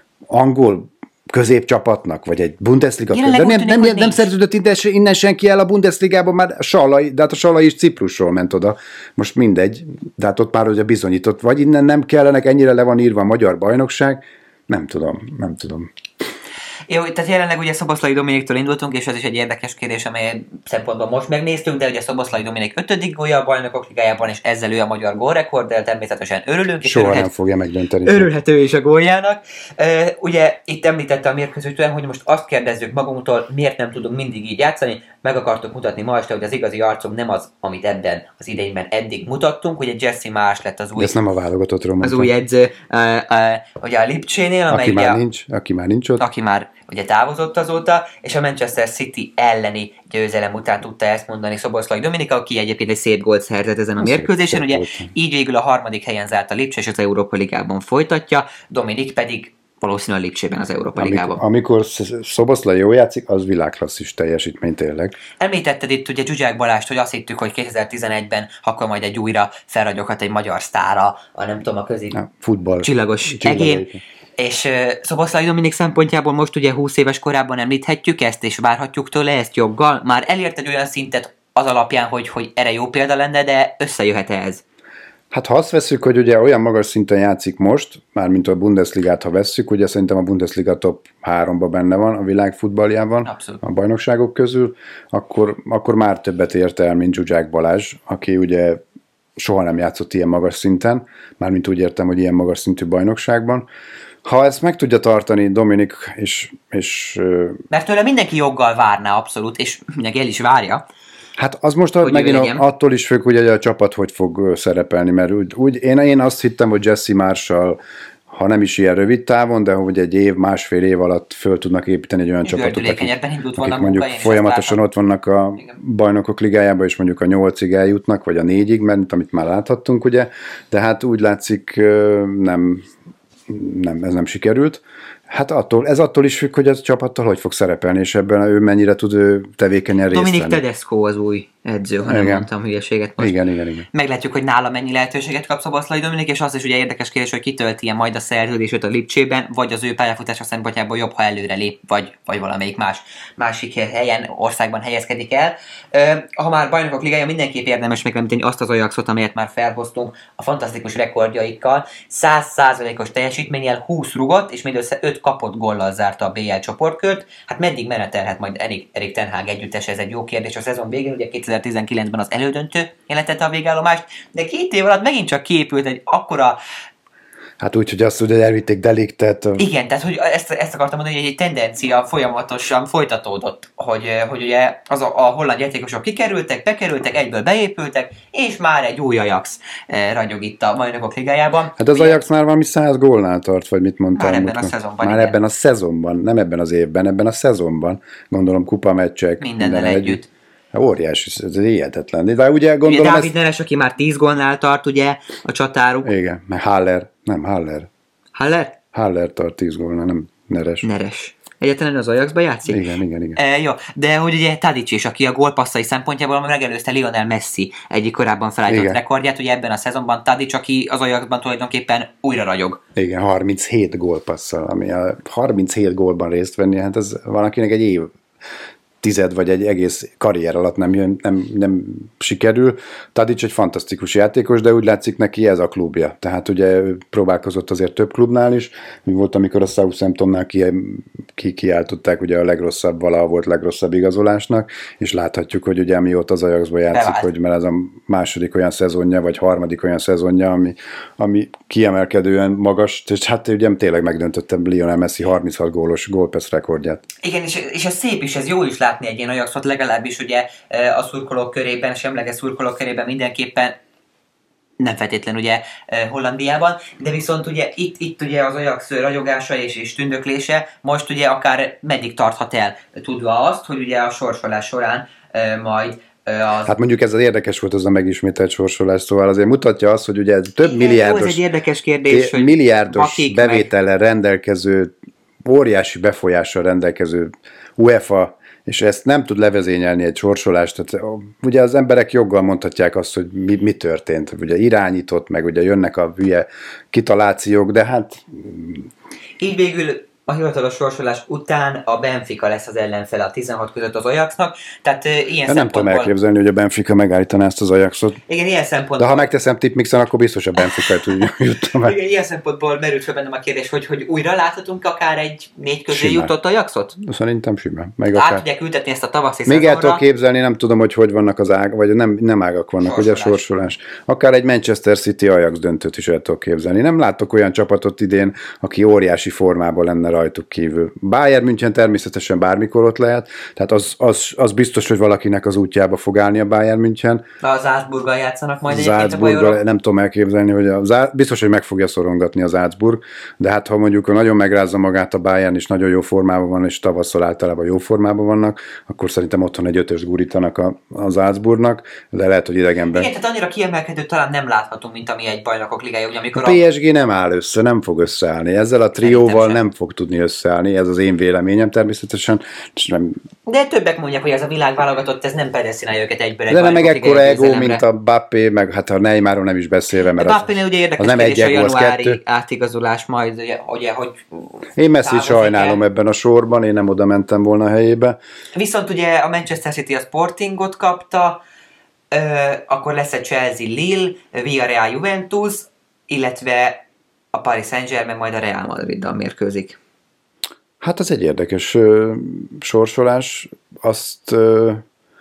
angol középcsapatnak, vagy egy Bundesliga között. De nem, nem, nem, nem szerződött innen, innen senki el a Bundesligában, már a Salai, de hát a Salai is Ciprusról ment oda. Most mindegy, de hát ott már ugye bizonyított, vagy innen nem kellenek, ennyire le van írva a magyar bajnokság, nem tudom, nem tudom. Jó, tehát jelenleg ugye Szoboszlai Dominiktől indultunk, és ez is egy érdekes kérdés, amely szempontból most megnéztünk, de ugye Szoboszlai Dominik ötödik gólja a Bajnokok Ligájában, és ezzel ő a magyar gólrekorddal, természetesen örülünk. Soha örülhet, nem fogja megdönteni. Örülhet ő is a góljának. Uh, ugye itt említette a mérkőzőtől, hogy most azt kérdezzük magunktól, miért nem tudunk mindig így játszani, meg akartuk mutatni ma este, hogy az igazi arcunk nem az, amit ebben az idényben eddig mutattunk, ugye Jesse Marsch lett az új... De ezt nem a válogatottról mondtam. Az új edző, uh, uh, ugye a Lipcsénél, amely aki már a, nincs, aki már nincs ott. Aki már ugye távozott azóta, és a Manchester City elleni győzelem után tudta ezt mondani Szoboszlai Dominika, aki egyébként egy szép gólt szerzett ezen a mérkőzésen, ugye így végül a harmadik helyen zárt a Lipcse, és az Európa Ligában folytatja, Dominik pedig valószínűleg a Lipcsében az Európa Ligában. Amikor, amikor Szoboszlai jól játszik, az világklasszis teljesítmény tényleg. Említetted itt ugye Zsuzsák Balást, hogy azt hittük, hogy kétezer-tizenegyben akkor majd egy újra felragyoghat egy magyar sztára, a nem tudom, a közép futball csillagos egén. És uh, Szoboszlai Dominik szempontjából most ugye húsz éves korában említhetjük ezt, és várhatjuk tőle ezt joggal. Már elért egy olyan szintet az alapján, hogy, hogy erre jó példa lenne, de összejöhet ez? Hát ha azt vesszük, hogy ugye olyan magas szinten játszik most, mármint a Bundesligát, ha vesszük, ugye szerintem a Bundesliga top háromba benne van a világ futballjában, Abszolút. a bajnokságok közül, akkor, akkor már többet ért el, mint Zsuzsák Balázs, aki ugye soha nem játszott ilyen magas szinten, mármint úgy értem, hogy ilyen magas szintű bajnokságban. Ha ezt meg tudja tartani Dominik, és... és mert tőle mindenki joggal várná abszolút, és mindenki el is várja. Hát az most a, megint a, attól is függ, hogy a csapat hogy fog szerepelni, mert úgy, úgy én, én azt hittem, hogy Jesse Marshall, ha nem is ilyen rövid távon, de hogy egy év, másfél év alatt föl tudnak építeni egy olyan csapatot, akik, akik mondjuk folyamatosan ott vannak a Igen. bajnokok ligájában, és mondjuk a nyolcig eljutnak, vagy a négyig, mert amit már láthattunk, ugye, de hát úgy látszik nem, nem, ez nem sikerült. Hát attól, ez attól is függ, hogy a csapattal hogy fog szerepelni, és ebben ő mennyire tud ő tevékenyen részt venni. Dominik Tedesco az új edző, ha nem mondtam hülyeséget most. Igen, igen, igen. Meglátjuk, hogy nála mennyi lehetőséget kap Szoboszlai Dominik, és az is ugye érdekes kérdés, hogy kitölti majd a szerződését a Lipcsében, vagy az ő pályafutása szempontjából jobb, ha előre lép, vagy, vagy valamelyik más, másik helyen, országban helyezkedik el. Ha már bajnokok ligája, mindenképp érdemes megemlíteni azt az Ajaxot, amelyet már felhoztunk a fantasztikus rekordjaikkal. száz százalékos teljesítménnyel húsz rugott, és mindössze öt kapott góllal zárta a bé el csoportkört. Hát meddig menetelhet majd Erik, Erik ten Hag együttes, ez egy jó kérdés a szezon végén, ugye kétezer-tizenkilencben az elődöntő jelentette a végállomást, de két év alatt megint csak kiépült egy akkora. Hát úgy, hogy azt, hogy elvitték Deliktet. Igen, tehát hogy ezt, ezt akartam mondani, hogy egy tendencia folyamatosan folytatódott, hogy, hogy ugye az a, a holland játékosok kikerültek, bekerültek, egyből beépültek, és már egy új Ajax ragyog itt a bajnokok ligájában. Hát az Ajax már valami száz gólnál tart, vagy mit mondtál? Már ebben a szezonban. Már igen. ebben a szezonban, nem ebben az évben, ebben a szezonban. Gondolom kupameccsek. Mindennel minden együtt. együtt. Óriási, ez hihetetlen. De ugye gondolom ugye Dávid ezt... Neres, aki már tíz gólnál tart, ugye, a csatáruk. Igen, meg Haller, nem Haller. Haller? Haller tart tíz gólnál, nem Neres. Neres. Egyetlen az Ajaxba játszik? Igen, igen, igen. E, jó, de hogy ugye Tadic is, aki a gólpasszai szempontjából megelőzte Lionel Messi egyik korábban felállított rekordját, ugye ebben a szezonban Tadic, aki az Ajaxban tulajdonképpen újra ragyog. Igen, harminchét gólpasszal, ami a harminchét gólban részt venni, hát ez valakinek egy év tized vagy egy egész karrier alatt nem, jön, nem, nem sikerül. Tadic egy fantasztikus játékos, de úgy látszik neki ez a klubja. Tehát ugye próbálkozott azért több klubnál is. Mi volt, amikor a Southamptonnál ki, ki, kiáltották, ugye a legrosszabb, valaha volt legrosszabb igazolásnak, és láthatjuk, hogy ugye mióta az Ajaxba játszik, Bevált. hogy mert ez a második olyan szezonja, vagy harmadik olyan szezonja, ami, ami kiemelkedően magas, és hát ugye tényleg megdöntöttem Lionel Messi harminchat gólos gólpassz rekordját. Igen, és, és ez szép is, ez jó is látni egy ilyen Ajaxot, legalábbis ugye a szurkolók körében, semleges szurkolók körében mindenképpen, nem feltétlen ugye Hollandiában, de viszont ugye itt, itt ugye az Ajax ragyogása és, és tündöklése most ugye akár meddig tarthat el, tudva azt, hogy ugye a sorsolás során majd az... Hát mondjuk ez az érdekes volt az a megismételt sorsolás, szóval azért mutatja azt, hogy ugye több igen, milliárdos, jó, ez egy érdekes kérdés, hogy milliárdos bevétellel meg... rendelkező, óriási befolyással rendelkező UEFA, és ezt nem tud levezényelni egy sorsolást. Tehát, ugye az emberek joggal mondhatják azt, hogy mi, mi történt. Ugye irányított, meg ugye jönnek a hülye kitalációk, de hát... Így végül a hivatalos sorsolás után a Benfica lesz az ellenfele a tizenhat között az Ajaxnak, tehát uh, ilyen de szempontból... nem tudom elképzelni, hogy a Benfica megállítaná ezt az Ajaxot. Igen, ilyen szempontból... De ha megteszem tipmixen, akkor biztos a Benfica tudja jutni meg. Igen, ilyen szempontból merült fel bennem a kérdés, hogy, hogy újra láthatunk akár egy négy közé simán jutott Ajaxot? Szerintem simán. Meg át tudják ültetni ezt a tavaszi még el tudok képzelni, nem tudom, hogy hogy vannak az ág, vagy nem, nem ágak vannak, sorsolás. Ugye a sorsolás. Akár egy Manchester City Ajax döntőt is el tudok képzelni. Nem látok olyan csapatot idén, aki óriási formában lenne rajtuk kívül. Bayern München természetesen bármikor ott lehet, tehát az, az, az biztos, hogy valakinek az útjába fog állni a Bayern München. De az Salzburggal játszanak majd egyébként. Nem tudom elképzelni, hogy a, biztos, hogy meg fogja szorongatni az Salzburg, de hát ha mondjuk nagyon megrázza magát a Bayern, és nagyon jó formában van, és tavasszal általában jó formában vannak, akkor szerintem otthon egy ötös gurítanak a, a Salzburgnak, de lehet, hogy idegenben. Igen, tehát annyira kiemelkedő talán nem láthatunk, mint ami egy bajnokok ligája, ugye amikor a pé es gé nem áll össze, nem fog összeállni. Ezzel a trióval nem fog tudni összeállni, ez az én véleményem természetesen. Nem... De többek mondják, hogy ez a világ válogatott, ez nem predesztinálja őket egyből egy de nem meg ekkora ego, mint a Mbappé, meg hát a Neymarról nem is beszélve, mert az, ugye érdekes, az nem egy egó, az kettő. Átigazolás majd, ugye, ugye hogy én Messi sajnálom el. Ebben a sorban, én nem oda mentem volna a helyébe. Viszont ugye a Manchester City a Sportingot kapta, ö, akkor lesz egy Chelsea Lille, Villarreal Juventus, illetve a Paris Saint-Germain majd a Real Madriddal mérkőzik. Hát ez egy érdekes ö, sorsolás. Azt ö,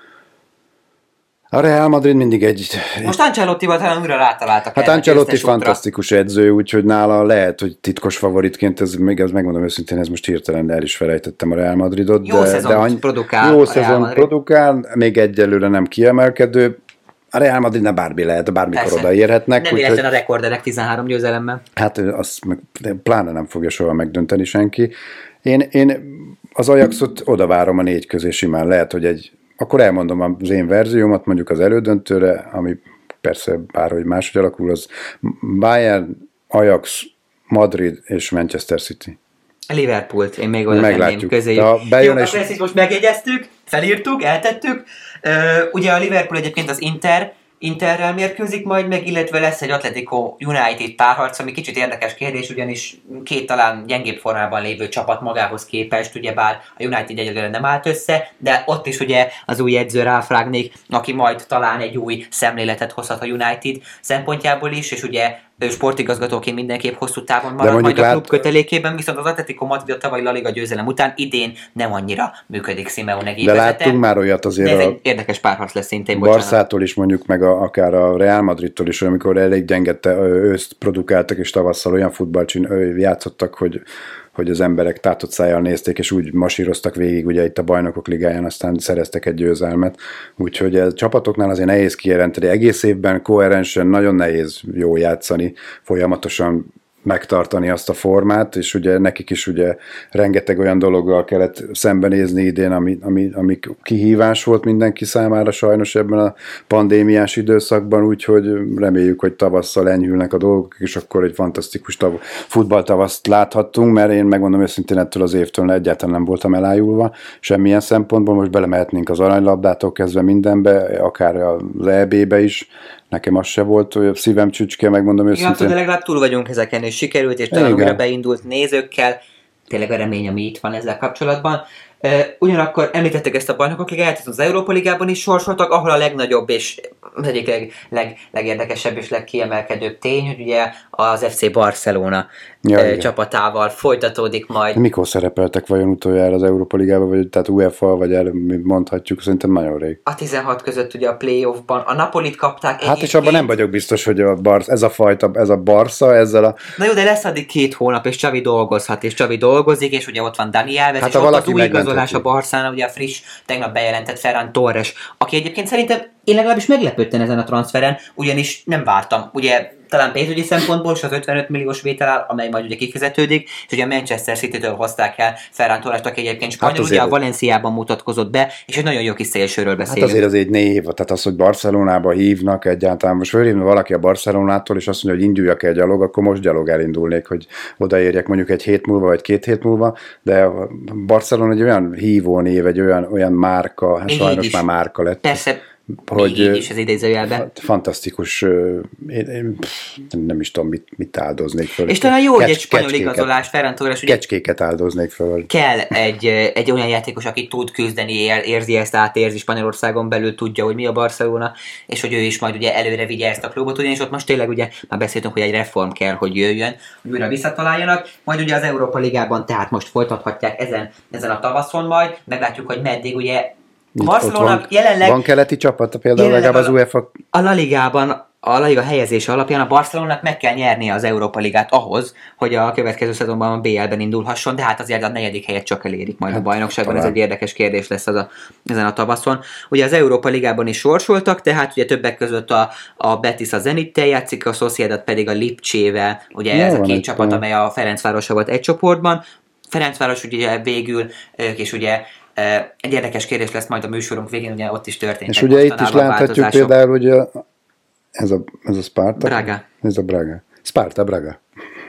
a Real Madrid mindig egy... Most Ancelottival talán újra rátaláltak. Hát Ancelotti fantasztikus edző, úgyhogy nála lehet, hogy titkos favoritként, ez még ez megmondom őszintén, ez most hirtelen el is felejtettem a Real Madridot. Jó de, szezon de any- produkál. Jó szezon produkál, még egyelőre nem kiemelkedő. A Real Madridnál bármi lehet, bármikor odaérhetnek. Nem véletlen a rekorderek tizenhárom győzelemmel. Hát azt meg, pláne nem fogja soha megdönteni senki. Én, én az Ajaxot oda várom a négy közé simán. Lehet, hogy egy, akkor elmondom az én verziómat mondjuk az elődöntőre, ami persze bárhogy máshogy alakul, az Bayern, Ajax, Madrid és Manchester City. A Liverpoolt, én még oda tenném közé. Jó, és... akkor ezt is most megjegyeztük, felírtuk, eltettük. Uh, ugye a Liverpool egyébként az Inter, Interrel mérkőzik majd meg, illetve lesz egy Atletico United párharc, ami kicsit érdekes kérdés, ugyanis két talán gyengébb formában lévő csapat magához képest, ugyebár a United egyelőre nem állt össze, de ott is ugye az új edző Ralf Rangnick, aki majd talán egy új szemléletet hozhat a United szempontjából is, és ugye ő sportigazgatóként mindenképp hosszú távon marad majd a klub lát... kötelékében, viszont az Atletico Madrid a tavalyi La Liga győzelem után idén nem annyira működik Simeone gépezete. De láttunk már olyat azért. De ez egy érdekes párharc lesz szintén, Barszától is mondjuk, meg a, akár a Real Madridtól is, amikor elég gyengette őszt produkáltak, és tavasszal olyan futballt játszottak, hogy hogy az emberek tátott szájjal nézték, és úgy masíroztak végig ugye itt a Bajnokok Ligáján, aztán szereztek egy győzelmet. Úgyhogy a csapatoknál azért nehéz kijelenteni. Egész évben koherensen nagyon nehéz jó játszani, folyamatosan megtartani azt a formát, és ugye nekik is ugye rengeteg olyan dologgal kellett szembenézni idén, ami, ami, ami kihívás volt mindenki számára sajnos ebben a pandémiás időszakban, úgyhogy reméljük, hogy tavasszal enyhülnek a dolgok, és akkor egy fantasztikus tav- futballtavaszt láthattunk, mert én megmondom őszintén ettől az évtől egyáltalán nem voltam elájulva, semmilyen szempontból, most belemehetnénk az aranylabdától kezdve mindenbe, akár az é bé-be is. Nekem az se volt, hogy a szívem csücske, megmondom őszintén. Igen, de legalább túl vagyunk ezeken, és sikerült, és talán újra beindult nézőkkel. Tényleg a remény, ami itt van ezzel kapcsolatban. Uh, ugyanakkor említettek ezt a Bajnokok Ligáját, az Európa Ligában is sorsoltak, ahol a legnagyobb és egyik leg, leg, legérdekesebb és legkiemelkedőbb tény, hogy ugye az ef cé Barcelona ja, uh, csapatával folytatódik majd. Mikor szerepeltek vajon utoljára az Európa Ligában, vagy tehát u ef á, vagy el, mondhatjuk, szerintem nagyon rég. A tizenhat között ugye a playoffban a Napolit kapták. Hát egyébként. És abban nem vagyok biztos, hogy a Barsz, ez a fajta, ez a Barca ezzel a... Na jó, de lesz addig két hónap, és Xavi dolgozhat, és Xavi dolgozik, és ugye ott van Dani Alves, hát és ott az új igazolás a Barszánál, ugye a friss, tegnap bejelentett Ferran Torres, aki egyébként szerintem én legalábbis meglepődtem ezen a transferen, ugyanis nem vártam. Ugye talán pénzügyi szempontból is az ötvenöt milliós vétel, amely majd ugye kifizetődik, és ugye a Manchester City-től hozták el Ferran Torrest, aki egyébként spanyol, hát ugye a Valenciában mutatkozott be, és egy nagyon jó kis szélsőről beszélünk. Hát azért az egy név, tehát az, hogy Barcelonába hívnak egyáltalán, most fölhívna valaki a Barcelonától, és azt mondja, hogy induljak el gyalog, akkor most gyalog elindulnék, hogy odaérjek mondjuk egy hét múlva, vagy két hét múlva, de a Barcelona egy olyan hívó név, egy olyan, olyan márka, hát sajnos már márka lett. Persze, hogy így is az idézőjelben. Fantasztikus, én, én nem is tudom, mit, mit áldoznék föl. És talán jó, Kecs, hogy egy spanyol igazolás, Ferran Torres, ugye kecskéket áldoznék föl. Kell egy, egy olyan játékos, aki tud küzdeni, érzi ezt, átérzi Spanyolországon belül, tudja, hogy mi a Barcelona, és hogy ő is majd ugye előre vigye ezt a klubot, ugyanis ott most tényleg ugye már beszéltünk, hogy egy reform kell, hogy jöjjön, hogy újra visszataláljanak, majd ugye az Európa Ligában tehát most folytathatják ezen, ezen a tavaszon majd, meglátjuk, hogy meddig ugye Barcelona jelenleg... Van keleti csapat, például legalább az u ef á... A La Ligában, a La Liga helyezése alapján a Barcelonát meg kell nyernie az Európa Ligát ahhoz, hogy a következő szezonban a bé el-ben indulhasson, de hát azért a negyedik helyet csak elérik majd hát, a bajnokságban, talán. Ez egy érdekes kérdés lesz az a, ezen a tavaszon. Ugye az Európa Ligában is sorsoltak, tehát ugye többek között a, a Betis a Zenittel játszik, a Sociedad pedig a Lipcsével, ugye ja, ez a két csapat, amely a Ferencvárosa volt egy csoportban. Ferencváros ugye végül, ők is ugye egy érdekes kérdés lesz majd a műsorunk végén, ugye ott is történt. És ugye itt is láthatjuk például, hogy a, ez, a, ez a Sparta. Braga. Ez a Braga. Sparta, Braga.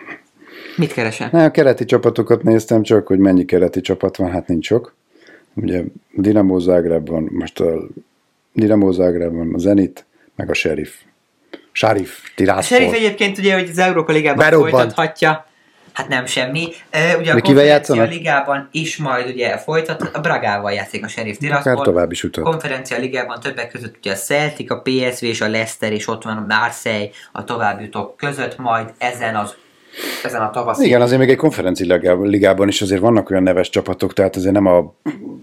Mit keresel? Na, a keleti csapatokat néztem csak, hogy mennyi keleti csapat van, hát nincs sok. Ugye Dinamo Zágráb van, most a Dinamo Zágráb van, a Zenit, meg a Sheriff. Sheriff, Tiraspol. A Sheriff egyébként ugye, hogy az Európa Ligában folytathatja. Hát nem semmi. Uh, ugye a konferencia ligában is majd ugye folytat, a Bragával játszik a Sheriff Tiraspol. Akár tovább is jutott. Konferencia ligában többek között ugye a Celtic, a pé es vé és a Leicester, és ott van a Marseille a továbbjutók között, majd ezen az ezen a tavaszi. Igen, azért még egy konferencia ligában is azért vannak olyan neves csapatok, tehát azért nem a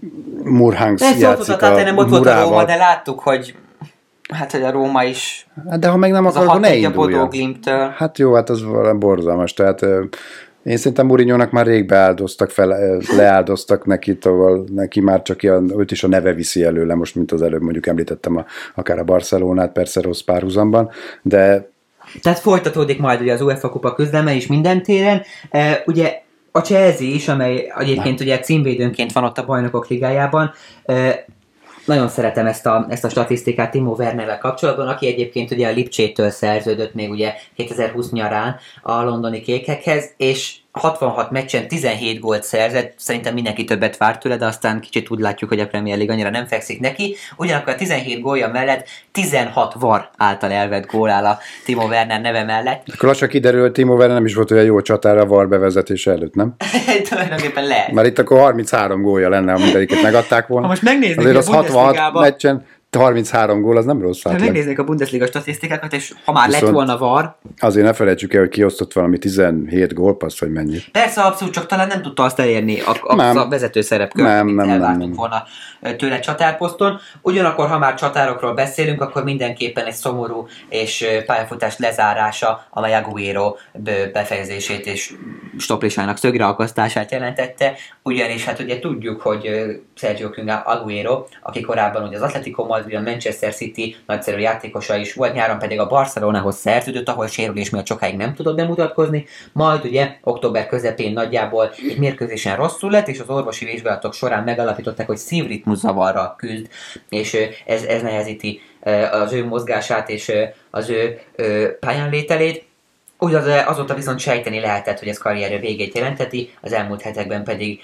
Murhangs játszik a nem ott volt a Róma, de láttuk, hogy hát, hogy a Róma is... Hát de ha meg nem akar, akkor ne induljon. A hát jó, hát az valami borzalmas, tehát én szerintem Mourinho-nak már rég beáldoztak, fel, leáldoztak neki, tovább, neki már csak ilyen, őt is a neve viszi előle, most mint az előbb mondjuk említettem a, akár a Barcelonát, persze rossz párhuzamban, de... Tehát folytatódik majd ugye az UEFA kupa küzdelme is minden téren, e, ugye a Chelsea is, amely egyébként ugye címvédőnként van ott a Bajnokok Ligájában, e, nagyon szeretem ezt a, ezt a statisztikát Timo Wernerrel kapcsolatban, aki egyébként ugye a Lipcsétől szerződött még ugye kétezer-húsz nyarán a londoni kékekhez, és hatvanhat meccsen tizenhét gólt szerzett, szerintem mindenki többet várt tőle, de aztán kicsit úgy látjuk, hogy a Premier League annyira nem fekszik neki. Ugyanakkor a tizenhét gólja mellett tizenhat var által elvett gól áll a Timo Werner neve mellett. Akkor lassan kiderül, hogy Timo Werner nem is volt olyan jó csatára a var bevezetése előtt, nem? Tulajdonképpen lehet. Már itt akkor harminchárom gólja lenne, amit egyiket megadták volna. Ha most megnézzük azért az hatvanhat meccsen harminchárom gól, az nem rossz átlag. Ha megnéznék a Bundesliga statisztikákat, és ha már viszont lett volna var... Azért ne felejtsük el, hogy kiosztott valami tizenhét gólpaszt, vagy mennyi. Persze, abszolút, csak talán nem tudta azt elérni a, a, nem. a vezető szerepkört, nem, amit nem, elvártunk nem, nem. volna tőle csatárposzton. Ugyanakkor, ha már csatárokról beszélünk, akkor mindenképpen egy szomorú és pályafutás lezárása, amely Agüero befejezését és stoplistának szögreakasztását jelentette. Ugyanis hát ugye tudjuk, hogy Sergio Aguero, aki korábban ugye az Atletico Madrid, a Manchester City nagyszerű játékosa is volt, nyáron pedig a Barcelonához szerződött, ahol sérülés miatt sokáig nem tudott bemutatkozni, majd ugye október közepén nagyjából egy mérkőzésen rosszul lett, és az orvosi vizsgálatok során megalapították, hogy szívritmuszavarral küzd, és ez, ez nehezíti az ő mozgását és az ő pályán lételét. Úgy az, azóta viszont sejteni lehetett, hogy ez karrierje végét jelenteti, az elmúlt hetekben pedig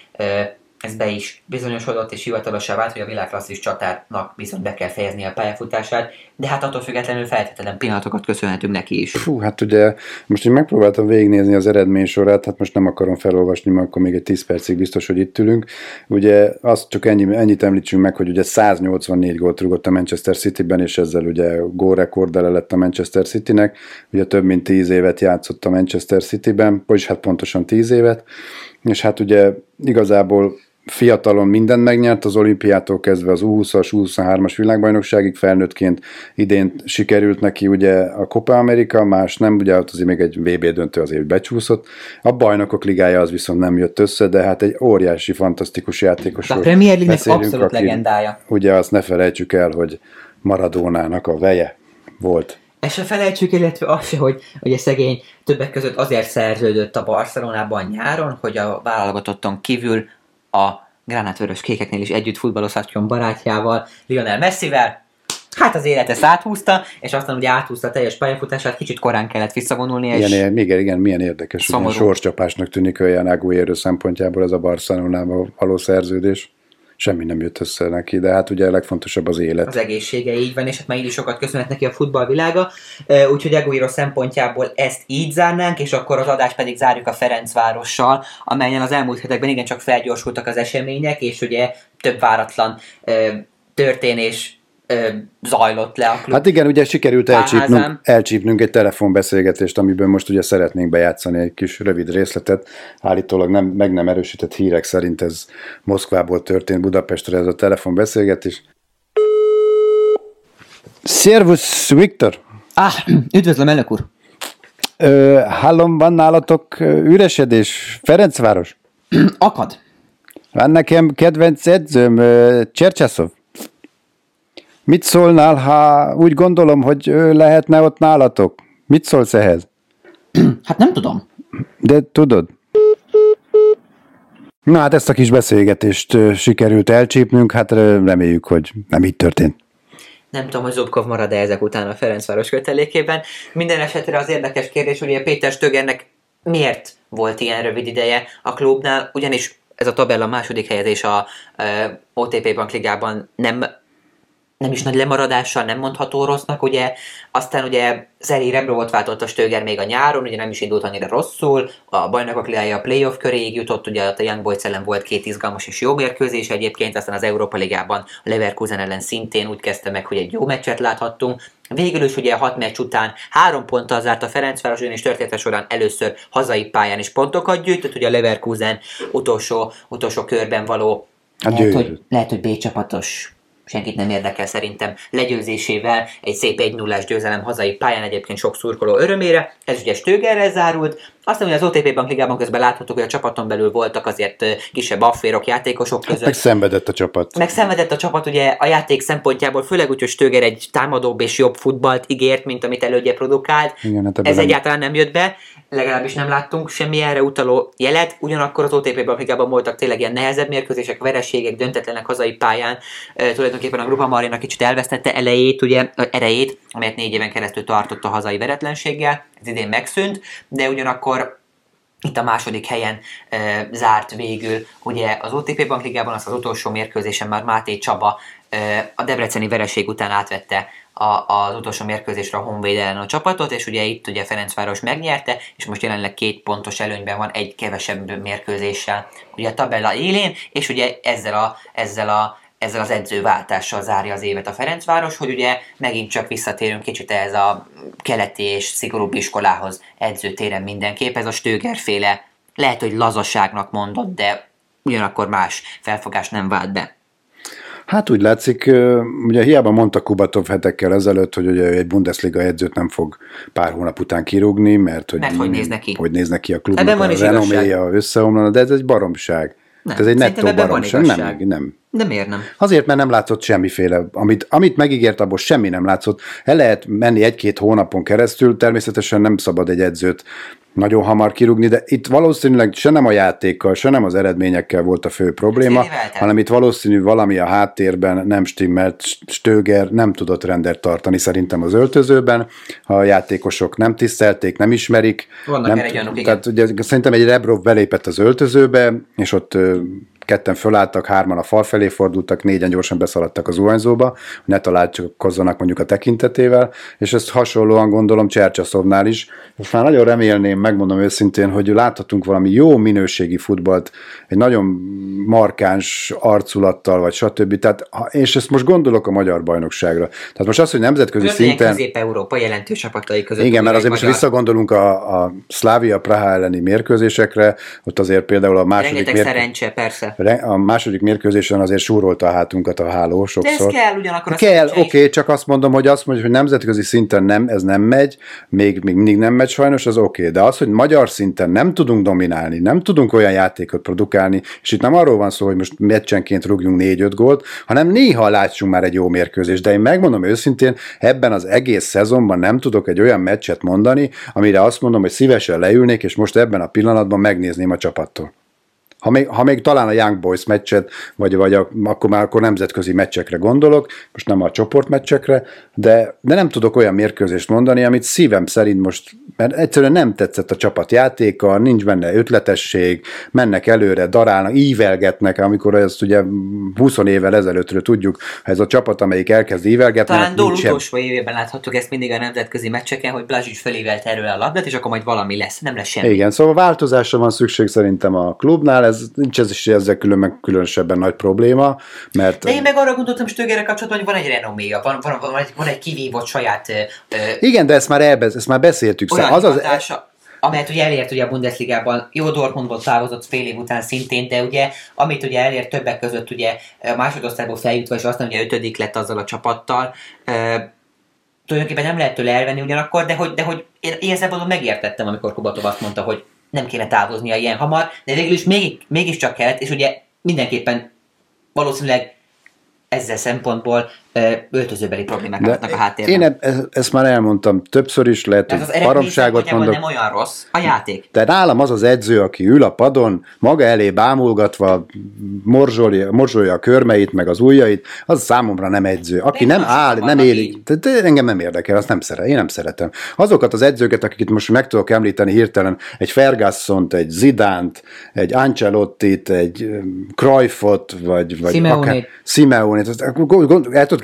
ez be is bizonyosodott és hivatalossá vált, hogy a világklasszis csatárnak viszont be kell fejezni a pályafutását, de hát attól függetlenül feltétlen pillanatokat köszönhetünk neki is. Fú, hát ugye most én megpróbáltam végignézni az eredmény sorát, hát most nem akarom felolvasni, mert akkor még egy tíz percig biztos, hogy itt ülünk. Ugye azt csak ennyi, ennyit említsünk meg, hogy ugye száznyolcvannégy gólt rúgott a Manchester Cityben, és ezzel ugye gólrekordere lett a Manchester Citynek. Ugye több mint tíz évet játszott a Manchester Cityben, vagyis hát pontosan tíz évet, és hát ugye igazából fiatalon mindent megnyert, az olimpiától kezdve az U húszas, U huszonhármas világbajnokságig, felnőttként idén sikerült neki ugye a Copa America, más nem, ugye ott azért még egy vé bé döntő azért becsúszott. A Bajnokok Ligája az viszont nem jött össze, de hát egy óriási, fantasztikus játékosról a Premier League-nek abszolút aki, legendája. Ugye azt ne felejtsük el, hogy Maradónának a veje volt. Ezt se felejtsük, illetve azt se, hogy ugye szegény többek között azért szerződött a Barcelonában nyáron, hogy a válogatotton kívül a gránátvörös kékeknél is együtt futballozhatjon barátjával, Lionel Messivel. Hát az élet ezt áthúzta, és aztán ugye áthúzta a teljes pályafutását, kicsit korán kellett visszavonulni. És igen, igen, igen, milyen érdekes, hogy sorscsapásnak tűnik olyan Agüero szempontjából ez a Barcelonában való szerződés. Semmi nem jött össze neki, de hát ugye a legfontosabb az élet. Az egészsége így van, és hát már így is sokat köszönhet neki a futballvilága, úgyhogy Agüero szempontjából ezt így zárnánk, és akkor az adást pedig zárjuk a Ferencvárossal, amelyen az elmúlt hetekben igencsak felgyorsultak az események, és ugye több váratlan történés zajlott le a klub. Hát igen, ugye sikerült elcsípnünk, elcsípnünk egy telefonbeszélgetést, amiből most ugye szeretnénk bejátszani egy kis rövid részletet. Állítólag nem, meg nem erősített hírek szerint ez Moszkvából történt Budapestre ez a telefonbeszélgetés. Szervusz, Viktor! Ah, üdvözlöm, elnök úr! Ö, hallom, van nálatok üresedés, Ferencváros? Akad. Van nekem kedvenc edzőm, Csercsaszov. Mit szólnál, ha úgy gondolom, hogy ő lehetne ott nálatok? Mit szólsz ehhez? Hát nem tudom. De tudod. Na hát ezt a kis beszélgetést sikerült elcsípnünk, hát reméljük, hogy nem így történt. Nem tudom, hogy Zubkov marad-e ezek után a Ferencváros kötelékében. Minden esetre az érdekes kérdés, hogy Péter Stögernek miért volt ilyen rövid ideje a klubnál, ugyanis ez a tabella második helyezés a o té pé Bankligában nem nem is nagy lemaradással nem mondható rossznak, ugye, aztán ugye Zeri Rebrovot váltott a Stöger még a nyáron, ugye nem is indult annyira rosszul, a bajnokok ligája a playoff köréig jutott, ugye a Young Boys ellen volt két izgalmas és jó mérkőzés egyébként, aztán az Európa Ligában a Leverkusen ellen szintén úgy kezdte meg, hogy egy jó meccset láthattunk. Végül is ugye a hat meccs után három ponttal zárt a Ferencváros, ugyanis története során először hazai pályán is pontokat gyűjtött, ugye a Leverkusen utolsó, utolsó körben való, lehet, hogy, lehet, hogy B csapatos, senkit nem érdekel szerintem, legyőzésével egy szép egy nullás győzelem hazai pályán, egyébként sok szurkoló örömére. Ez ugye Stögerrel zárult. Aztán ugye az o té pé Bank Ligában közben láthattuk, hogy a csapaton belül voltak azért kisebb afférok játékosok között. Hát meg szenvedett a csapat. Meg szenvedett a csapat ugye a játék szempontjából, főleg úgy, hogy Stöger egy támadóbb és jobb futballt ígért, mint amit elődje produkált. Igen, hát ez nem... egyáltalán nem jött be, legalábbis nem láttunk semmi erre utaló jelet. Ugyanakkor az o té pé Bank Ligában voltak tényleg ilyen nehezebb mérkőzések, vereségek, döntetlenek hazai pályán. E, tulajdonképpen a Grupa Marina kicsit elvesztette elejét, ugye, erejét, amelyet négy éven keresztül tartott a hazai veretlenséggel. Ez idén megszűnt, de ugyanakkor itt a második helyen e, zárt végül ugye az o té pé Bank Ligában, az az utolsó mérkőzésen már Máté Csaba e, a debreceni vereség után átvette a, az utolsó mérkőzésre a Honvéd ellen a csapatot, és ugye itt ugye Ferencváros megnyerte, és most jelenleg két pontos előnyben van egy kevesebb mérkőzéssel ugye a tabella élén, és ugye ezzel a, ezzel a ezzel az edzőváltással zárja az évet a Ferencváros, hogy ugye megint csak visszatérünk kicsit ehhez a keleti és szigorúbb iskolához edzőtéren mindenképp. Ez a Stöger-féle, lehet, hogy lazaságnak mondott, de ugyanakkor más felfogás nem vált be. Hát úgy látszik, ugye hiába mondta Kubatov hetekkel ezelőtt, hogy ugye egy Bundesliga edzőt nem fog pár hónap után kirúgni, mert hogy, mert hogy néz neki. Hogy néz neki a klubnak, a renoméja összeomlana, de ez egy baromság. Nem, ez egy nettó baromság. Nem, nem. De miért nem? Azért, mert nem látszott semmiféle, amit, amit megígért, abból semmi nem látszott. El lehet menni egy-két hónapon keresztül, természetesen nem szabad egy edzőt nagyon hamar kirúgni, de itt valószínűleg se nem a játékkal, se nem az eredményekkel volt a fő probléma, hanem itt valószínű valami a háttérben nem stimmelt. Stöger nem tudott rendet tartani szerintem az öltözőben, a játékosok nem tisztelték, nem ismerik. Vannak nem, erre gyanúk, tehát ugye, szerintem egy Rebrov belépett az öltözőbe, és ott ketten fölálltak, hárman a fal felé fordultak, négyen gyorsan beszaladtak az zuhanyzóba, hogy ne találkozzanak mondjuk a tekintetével, és ezt hasonlóan gondolom Csercsaszovnál is. Most már nagyon remélném, megmondom őszintén, hogy láthatunk valami jó minőségi futballt, egy nagyon markáns arculattal, vagy stb. Tehát, és ezt most gondolok a magyar bajnokságra. Tehát most az, hogy nemzetközi Ön szinten... Közép-Európa jelentős csapatai között. Igen, mert azért most magyar... visszagondolunk a, a Slavia Praha elleni mérkőzésekre, ott azért például a második... Rengeteg mérkő... szerencse, persze. A második mérkőzésen azért súrolta a hátunkat a háló sokszor. De ez kell ugyanakkor a kell, oké, okay, csak azt mondom, hogy azt mondja, hogy nemzetközi szinten nem, ez nem megy, még, még mindig nem megy sajnos, az oké. Okay. De az, hogy magyar szinten nem tudunk dominálni, nem tudunk olyan játékot produkálni, és itt nem arról van szó, hogy most meccsenként rúgjunk négy-öt gólt, hanem néha látsunk már egy jó mérkőzést. De én megmondom őszintén, ebben az egész szezonban nem tudok egy olyan meccset mondani, amire azt mondom, hogy szívesen leülnék, és most ebben a pillanatban megnézném a csapattól. Ha még, ha még talán a Young Boys meccset, vagy, vagy a, akkor már akkor nemzetközi meccsekre gondolok, most nem a csoportmeccsekre, de, de nem tudok olyan mérkőzést mondani, amit szívem szerint most, mert egyszerűen nem tetszett a csapat játéka, nincs benne ötletesség, mennek előre, darálnak, ívelgetnek, amikor ezt ugye húsz évvel ezelőttről tudjuk, ha ez a csapat, amelyik elkezd ívelgetni. Talán Dól utolsó évében láthattuk ezt mindig a nemzetközi meccseken, hogy Blazsics felívelt erről a labdát, és akkor majd valami lesz, nem lesz semmi. Igen, szóval változásra van szükség szerintem a klubnál, ez nincs ez is ezzel külön, különösebben nagy probléma, mert... De én meg arra gondoltam Stögerre kapcsolatban, hogy van egy renoméja, van, van, van, egy, van egy kivívott saját... Ö, Igen, de ezt már, elbez, ezt már beszéltük. Olyan az hatása, az... amelyet ugye elért ugye a Bundesligában, jó Dortmundból távozott fél év után szintén, de ugye amit ugye elért többek között ugye másodosztályból feljutva, és aztán ugye ötödik lett azzal a csapattal, ö, tulajdonképpen nem lehet tőle elvenni ugyanakkor, de hogy, de hogy én ilyen szempontból megértettem, amikor Kubatov azt mondta, hogy nem kéne távoznia ilyen hamar, de végül is még, mégiscsak kellett, és ugye mindenképpen valószínűleg ezzel szempontból öltözőbeli problémák állnak a háttérben. Én e- ezt már elmondtam többször is, lehet, hogy az baromságot mondok. Nem olyan rossz a játék. De nálam az az edző, aki ül a padon, maga elé bámulgatva, morzsolja, morzsolja a körmeit, meg az ujjait, az számomra nem edző. Aki nem áll, nem éli. De engem nem érdekel, azt nem szeretem. Én nem szeretem. Azokat az edzőket, akiket most meg tudok említeni hirtelen, egy Fergussont, egy Zidánt, egy Ancelottit, egy Cruyffot, vagy, vagy Simeone-t. Simeone-t, el tudod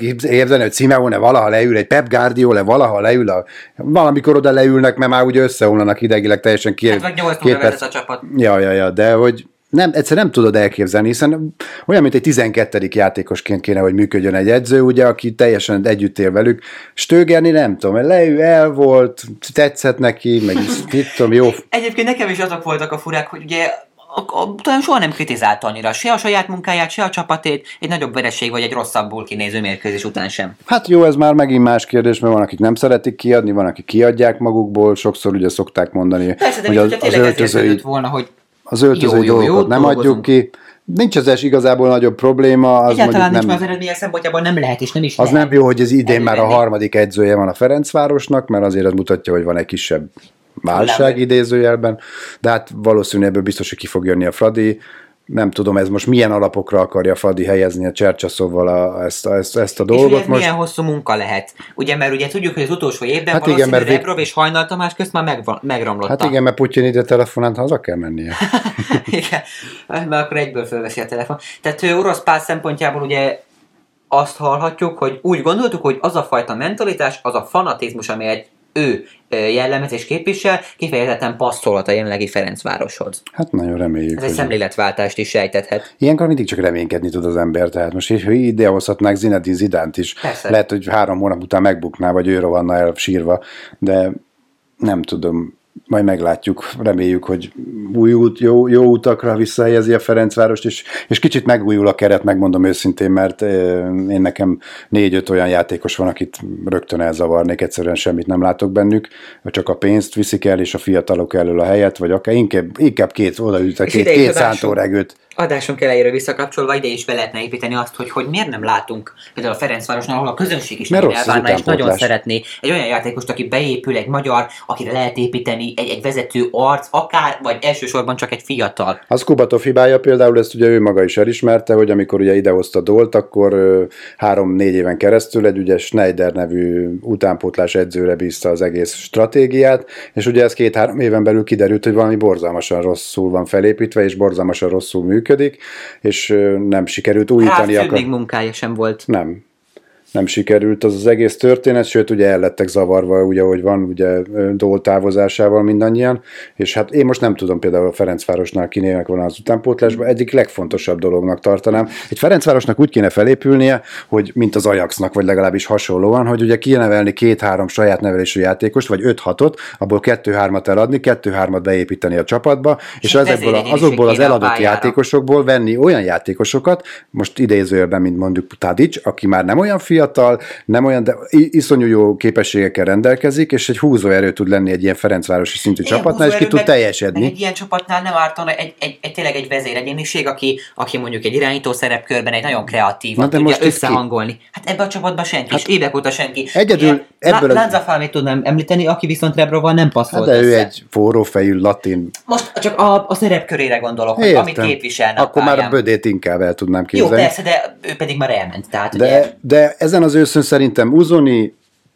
képzelni, hogy Simeone valaha leül, egy Pep Guardiola valaha leül, a, valamikor oda leülnek, mert már ugye összeomlanak idegileg teljesen ki. Hát vagy nyolc óra vezet a csapat. Ja, ja, ja, de hogy nem, egyszer nem tudod elképzelni, hiszen olyan, mint egy tizenkettedik játékosként kéne, hogy működjön egy edző, ugye, aki teljesen együtt él velük. Stögerni nem tudom, leül, el volt, tetszett neki, meg mit tudom, jó. Egyébként nekem is azok voltak a furák, hogy ugye a, a, talán soha nem kritizálta annyira, se a saját munkáját, se a csapatét, egy nagyobb vereség vagy egy rosszabbul kinéző mérkőzés után sem. Hát jó, ez már megint más kérdés, mert van, akik nem szeretik kiadni, van, akik kiadják magukból, sokszor ugye szokták mondani, persze, de hogy az, az öltözői, volna, hogy az öltözői jó, dolgokat jó, nem dolgozunk. Adjuk ki. Nincs ez igazából nagyobb probléma. Az egyáltalán nincs, nem, mert az eredmények szempontjából nem lehet, és nem is az lehet. nem jó, hogy ez idén már a harmadik edzője van a Ferencvárosnak, mert azért az mutatja, hogy van egy kisebb válság idézőjelben, de hát valószínűleg ebből biztos, hogy ki fog jönni a Fradi. Nem tudom, ez most milyen alapokra akarja Fradi helyezni a Csercsaszóval a, ezt, a, ezt, ezt a dolgot. És ez most milyen hosszú munka lehet? Ugye, mert ugye tudjuk, hogy az utolsó évben hát valószínűleg Rebrov és Hajnal Tamás közt már meg, megromlott. Hát igen, mert Putyin ide telefonált, haza kell mennie. Igen, mert akkor egyből fölveszi a telefon. Tehát orosz pász szempontjából ugye azt hallhatjuk, hogy úgy gondoltuk, hogy az a fajta mentalitás, az a fanatizmus, amelyet ő jellemez és képvisel, kifejezetten passzolhat a jelenlegi Ferencvároshoz. Hát nagyon reméljük. Ez egy szemléletváltást is sejtethet. Ilyenkor mindig csak reménykedni tud az ember, tehát most hogy idehozhatnák Zinedine Zidánt is. Persze. Lehet, hogy három hónap után megbukná, vagy ő rohanna el sírva, de nem tudom, majd meglátjuk, reméljük, hogy új út, jó, jó utakra visszahelyezi a Ferencvárost, és, és kicsit megújul a keret, megmondom őszintén, mert én nekem négy-öt olyan játékos van, akit rögtön elzavarnék, egyszerűen semmit nem látok bennük, csak a pénzt viszik el, és a fiatalok elől a helyet, vagy akár inkább, inkább két odaüt, két, két szántóregőt. Adásunk elejéről visszakapcsolva ide is be lehetne építeni azt, hogy, hogy miért nem látunk például a Ferencvárosnál, ahol a közönség is elvárná, és nagyon szeretné egy olyan játékost, aki beépül, egy magyar, akire lehet építeni, egy, egy vezető arc, akár, vagy elsősorban csak egy fiatal. Az Kubatov hibája például, ezt ugye ő maga is elismerte, hogy amikor ugye idehozta Dolt, akkor három-négy éven keresztül egy ugye Schneider nevű utánpótlás edzőre bízta az egész stratégiát, és ugye ez két-három éven belül kiderült, hogy valami borzalmasan rosszul van felépítve, és borzalmasan rosszul működik, és nem sikerült újítani. Rá még munkája sem volt. Nem. Nem sikerült az az egész történet, sőt ugye el lettek zavarva, ugye, hogy van ugye Dól távozásával mindannyian, és hát én most nem tudom például a Ferencvárosnál kinének volna az utánpótlásban, egyik legfontosabb dolognak tartanám. Egy Ferencvárosnak úgy kéne felépülnie, hogy mint az Ajaxnak, vagy legalábbis hasonlóan, hogy ugye kinevelni két-három saját nevelésű játékost, vagy öt-hatot, abból kettő-hármat eladni, kettő-hármat beépíteni a csapatba, és, és ezekből a, azokból az eladott játékosokból venni olyan játékosokat, most idézőjelben, mint mondjuk Tadic, aki már nem olyan fiatal, fiatal, nem olyan, de iszonyú jó képességekkel rendelkezik, és egy húzóerő tud lenni egy ilyen ferencvárosi szintű igen, csapatnál, és ki tud teljesedni. Egy ilyen csapatnál nem ártana egy, egy, egy, tényleg egy vezéregyéniség, aki, aki mondjuk egy irányító szerepkörben egy nagyon kreatívan tudja most összehangolni. Hát ebben a csapatban senki, hát, és évek óta senki. Egyedül ilyen, ebből Lá, Lánzafálmét tudnám említeni, aki viszont Rebroval nem passzolt hát de össze. ő egy forrófejű latin. Most csak a, a szerepkörére gondolok, hogy amit képviselne. Akkor már a Bödét inkább el tudnám képzelni. Jó, persze, de ő pedig már elment. Tehát, de, ugye... de ezen az őszön szerintem Uzoni,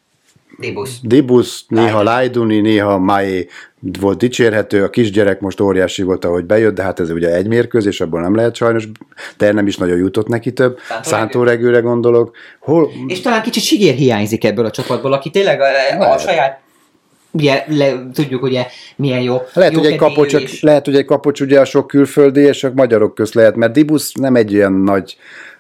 Dibus, Dibus néha Lajduni, néha Mai volt dicsérhető, a kisgyerek most óriási volt, ahogy bejött, de hát ez ugye egy mérkőzés, abból nem lehet sajnos, de nem is nagyon jutott neki több. Szántóregőre gondolok. Hol... És talán kicsit Sigér hiányzik ebből a csapatból, aki tényleg a, a saját ugye, le, tudjuk ugye milyen jó. Lehet, jó hogy egy kapocs, lehet, hogy egy kapocs ugye a sok külföldi és a magyarok közt lehet, mert Dibus nem egy olyan nagy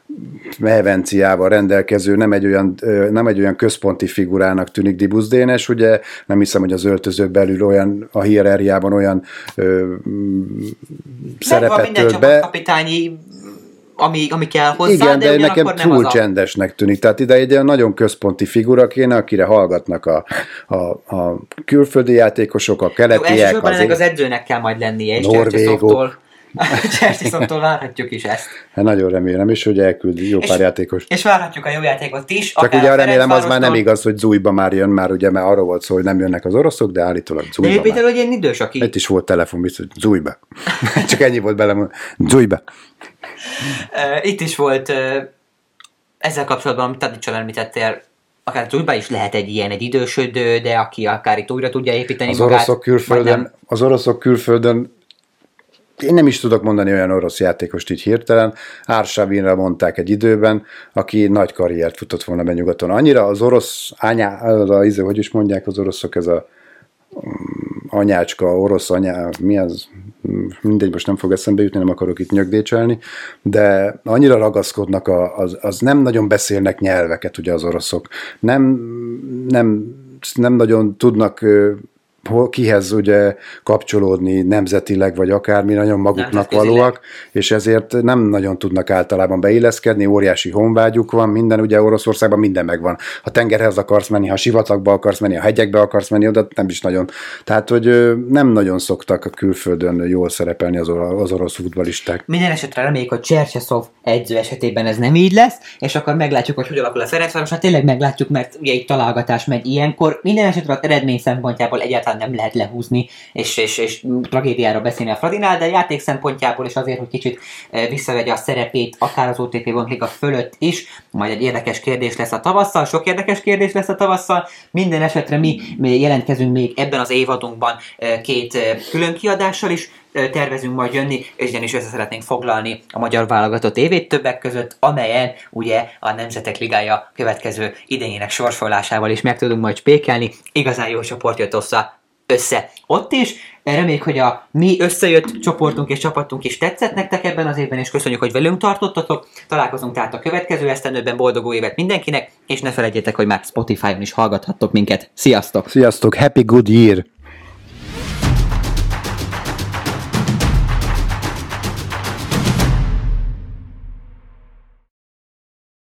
mehevenciával rendelkező, nem egy, olyan, nem egy olyan központi figurának tűnik Dibus Dénes, ugye nem hiszem, hogy az öltöző belül olyan, a hierarchiában olyan ö, szerepet tölt be. Kapitányi, ami, ami kell hozzá, igen, de, de nekem túl csendesnek a... tűnik. Tehát ide egy olyan nagyon központi figura kéne, akire hallgatnak a, a, a külföldi játékosok, a keletiek. Jó, elsősorban ennek az edzőnek kell majd lennie, és Csercseszovtól Csercseszovtól várhatjuk is ezt. Hát nagyon remélem is, hogy elküldi jó pár játékos. És várhatjuk a jó játékot is. Csak ugye remélem az már nem igaz, hogy Zújba már jön, már ugye, mert arról volt szó, hogy nem jönnek az oroszok, de állítólag Zújba. De ő például egy ilyen idős, aki... Itt is volt telefon, biztos, hogy Zújba. Csak ennyi volt belem, Zújba. Itt is volt ezzel kapcsolatban, amit Tadicsal említettél, akár Zújba is lehet egy ilyen, egy idősödő, de aki akár itt újra tudja építeni az magát. Oroszok külföldön, az oroszok külföldön én nem is tudok mondani olyan orosz játékost így hirtelen, Arshavinra mondták egy időben, aki nagy karriert futott volna be nyugaton. Annyira az orosz anyá, az a, hogy is mondják az oroszok, ez a anyácska, orosz anyá, mi az, mindegy, most nem fog eszembe jutni, nem akarok itt nyögdécselni, de annyira ragaszkodnak, a, az, az nem nagyon beszélnek nyelveket, ugye az oroszok. Nem, nem, nem nagyon tudnak kihez ugye kapcsolódni nemzetileg, vagy akármi, nagyon maguknak valóak, és ezért nem nagyon tudnak általában beilleszkedni, óriási honvágyuk van, minden, ugye Oroszországban minden megvan. Ha tengerhez akarsz menni, ha sivatagba akarsz menni, ha hegyekbe akarsz menni, oda nem is nagyon. Tehát, hogy nem nagyon szoktak a külföldön jól szerepelni az, or- az orosz futballisták. Minden esetre reméljük, hogy Csercseszov edző esetében ez nem így lesz, és akkor meglátjuk, hogy hogy alakul a Ferencváros, hát tényleg meglátjuk, mert ugye egy találgatás megy ilyenkor. Minden esetre az eredmény szempontjából egyáltalán nem lehet lehúzni, és, és, és tragédiára beszélni a Fradinál, de játék szempontjából is azért, hogy kicsit visszavegye a szerepét, akár az o té pé Bundesliga fölött is, majd egy érdekes kérdés lesz a tavasszal, sok érdekes kérdés lesz a tavasszal, minden esetre mi, mi jelentkezünk még ebben az évadunkban két külön kiadással is, tervezünk majd jönni, és ugyanis össze szeretnénk foglalni a magyar válogatott évét többek között, amelyen ugye a Nemzetek Ligája következő idejének sorsolásával is meg tudunk majd spékelni. Igazán jó csoport jött össze, össze ott is. Reméljük, hogy a mi összejött csoportunk és csapatunk is tetszett nektek ebben az évben, és köszönjük, hogy velünk tartottatok. Találkozunk tehát a következő esztendőben, boldog új évet mindenkinek, és ne felejtjétek, hogy már Spotify-on is hallgathattok minket. Sziasztok! Sziasztok! Happy good year!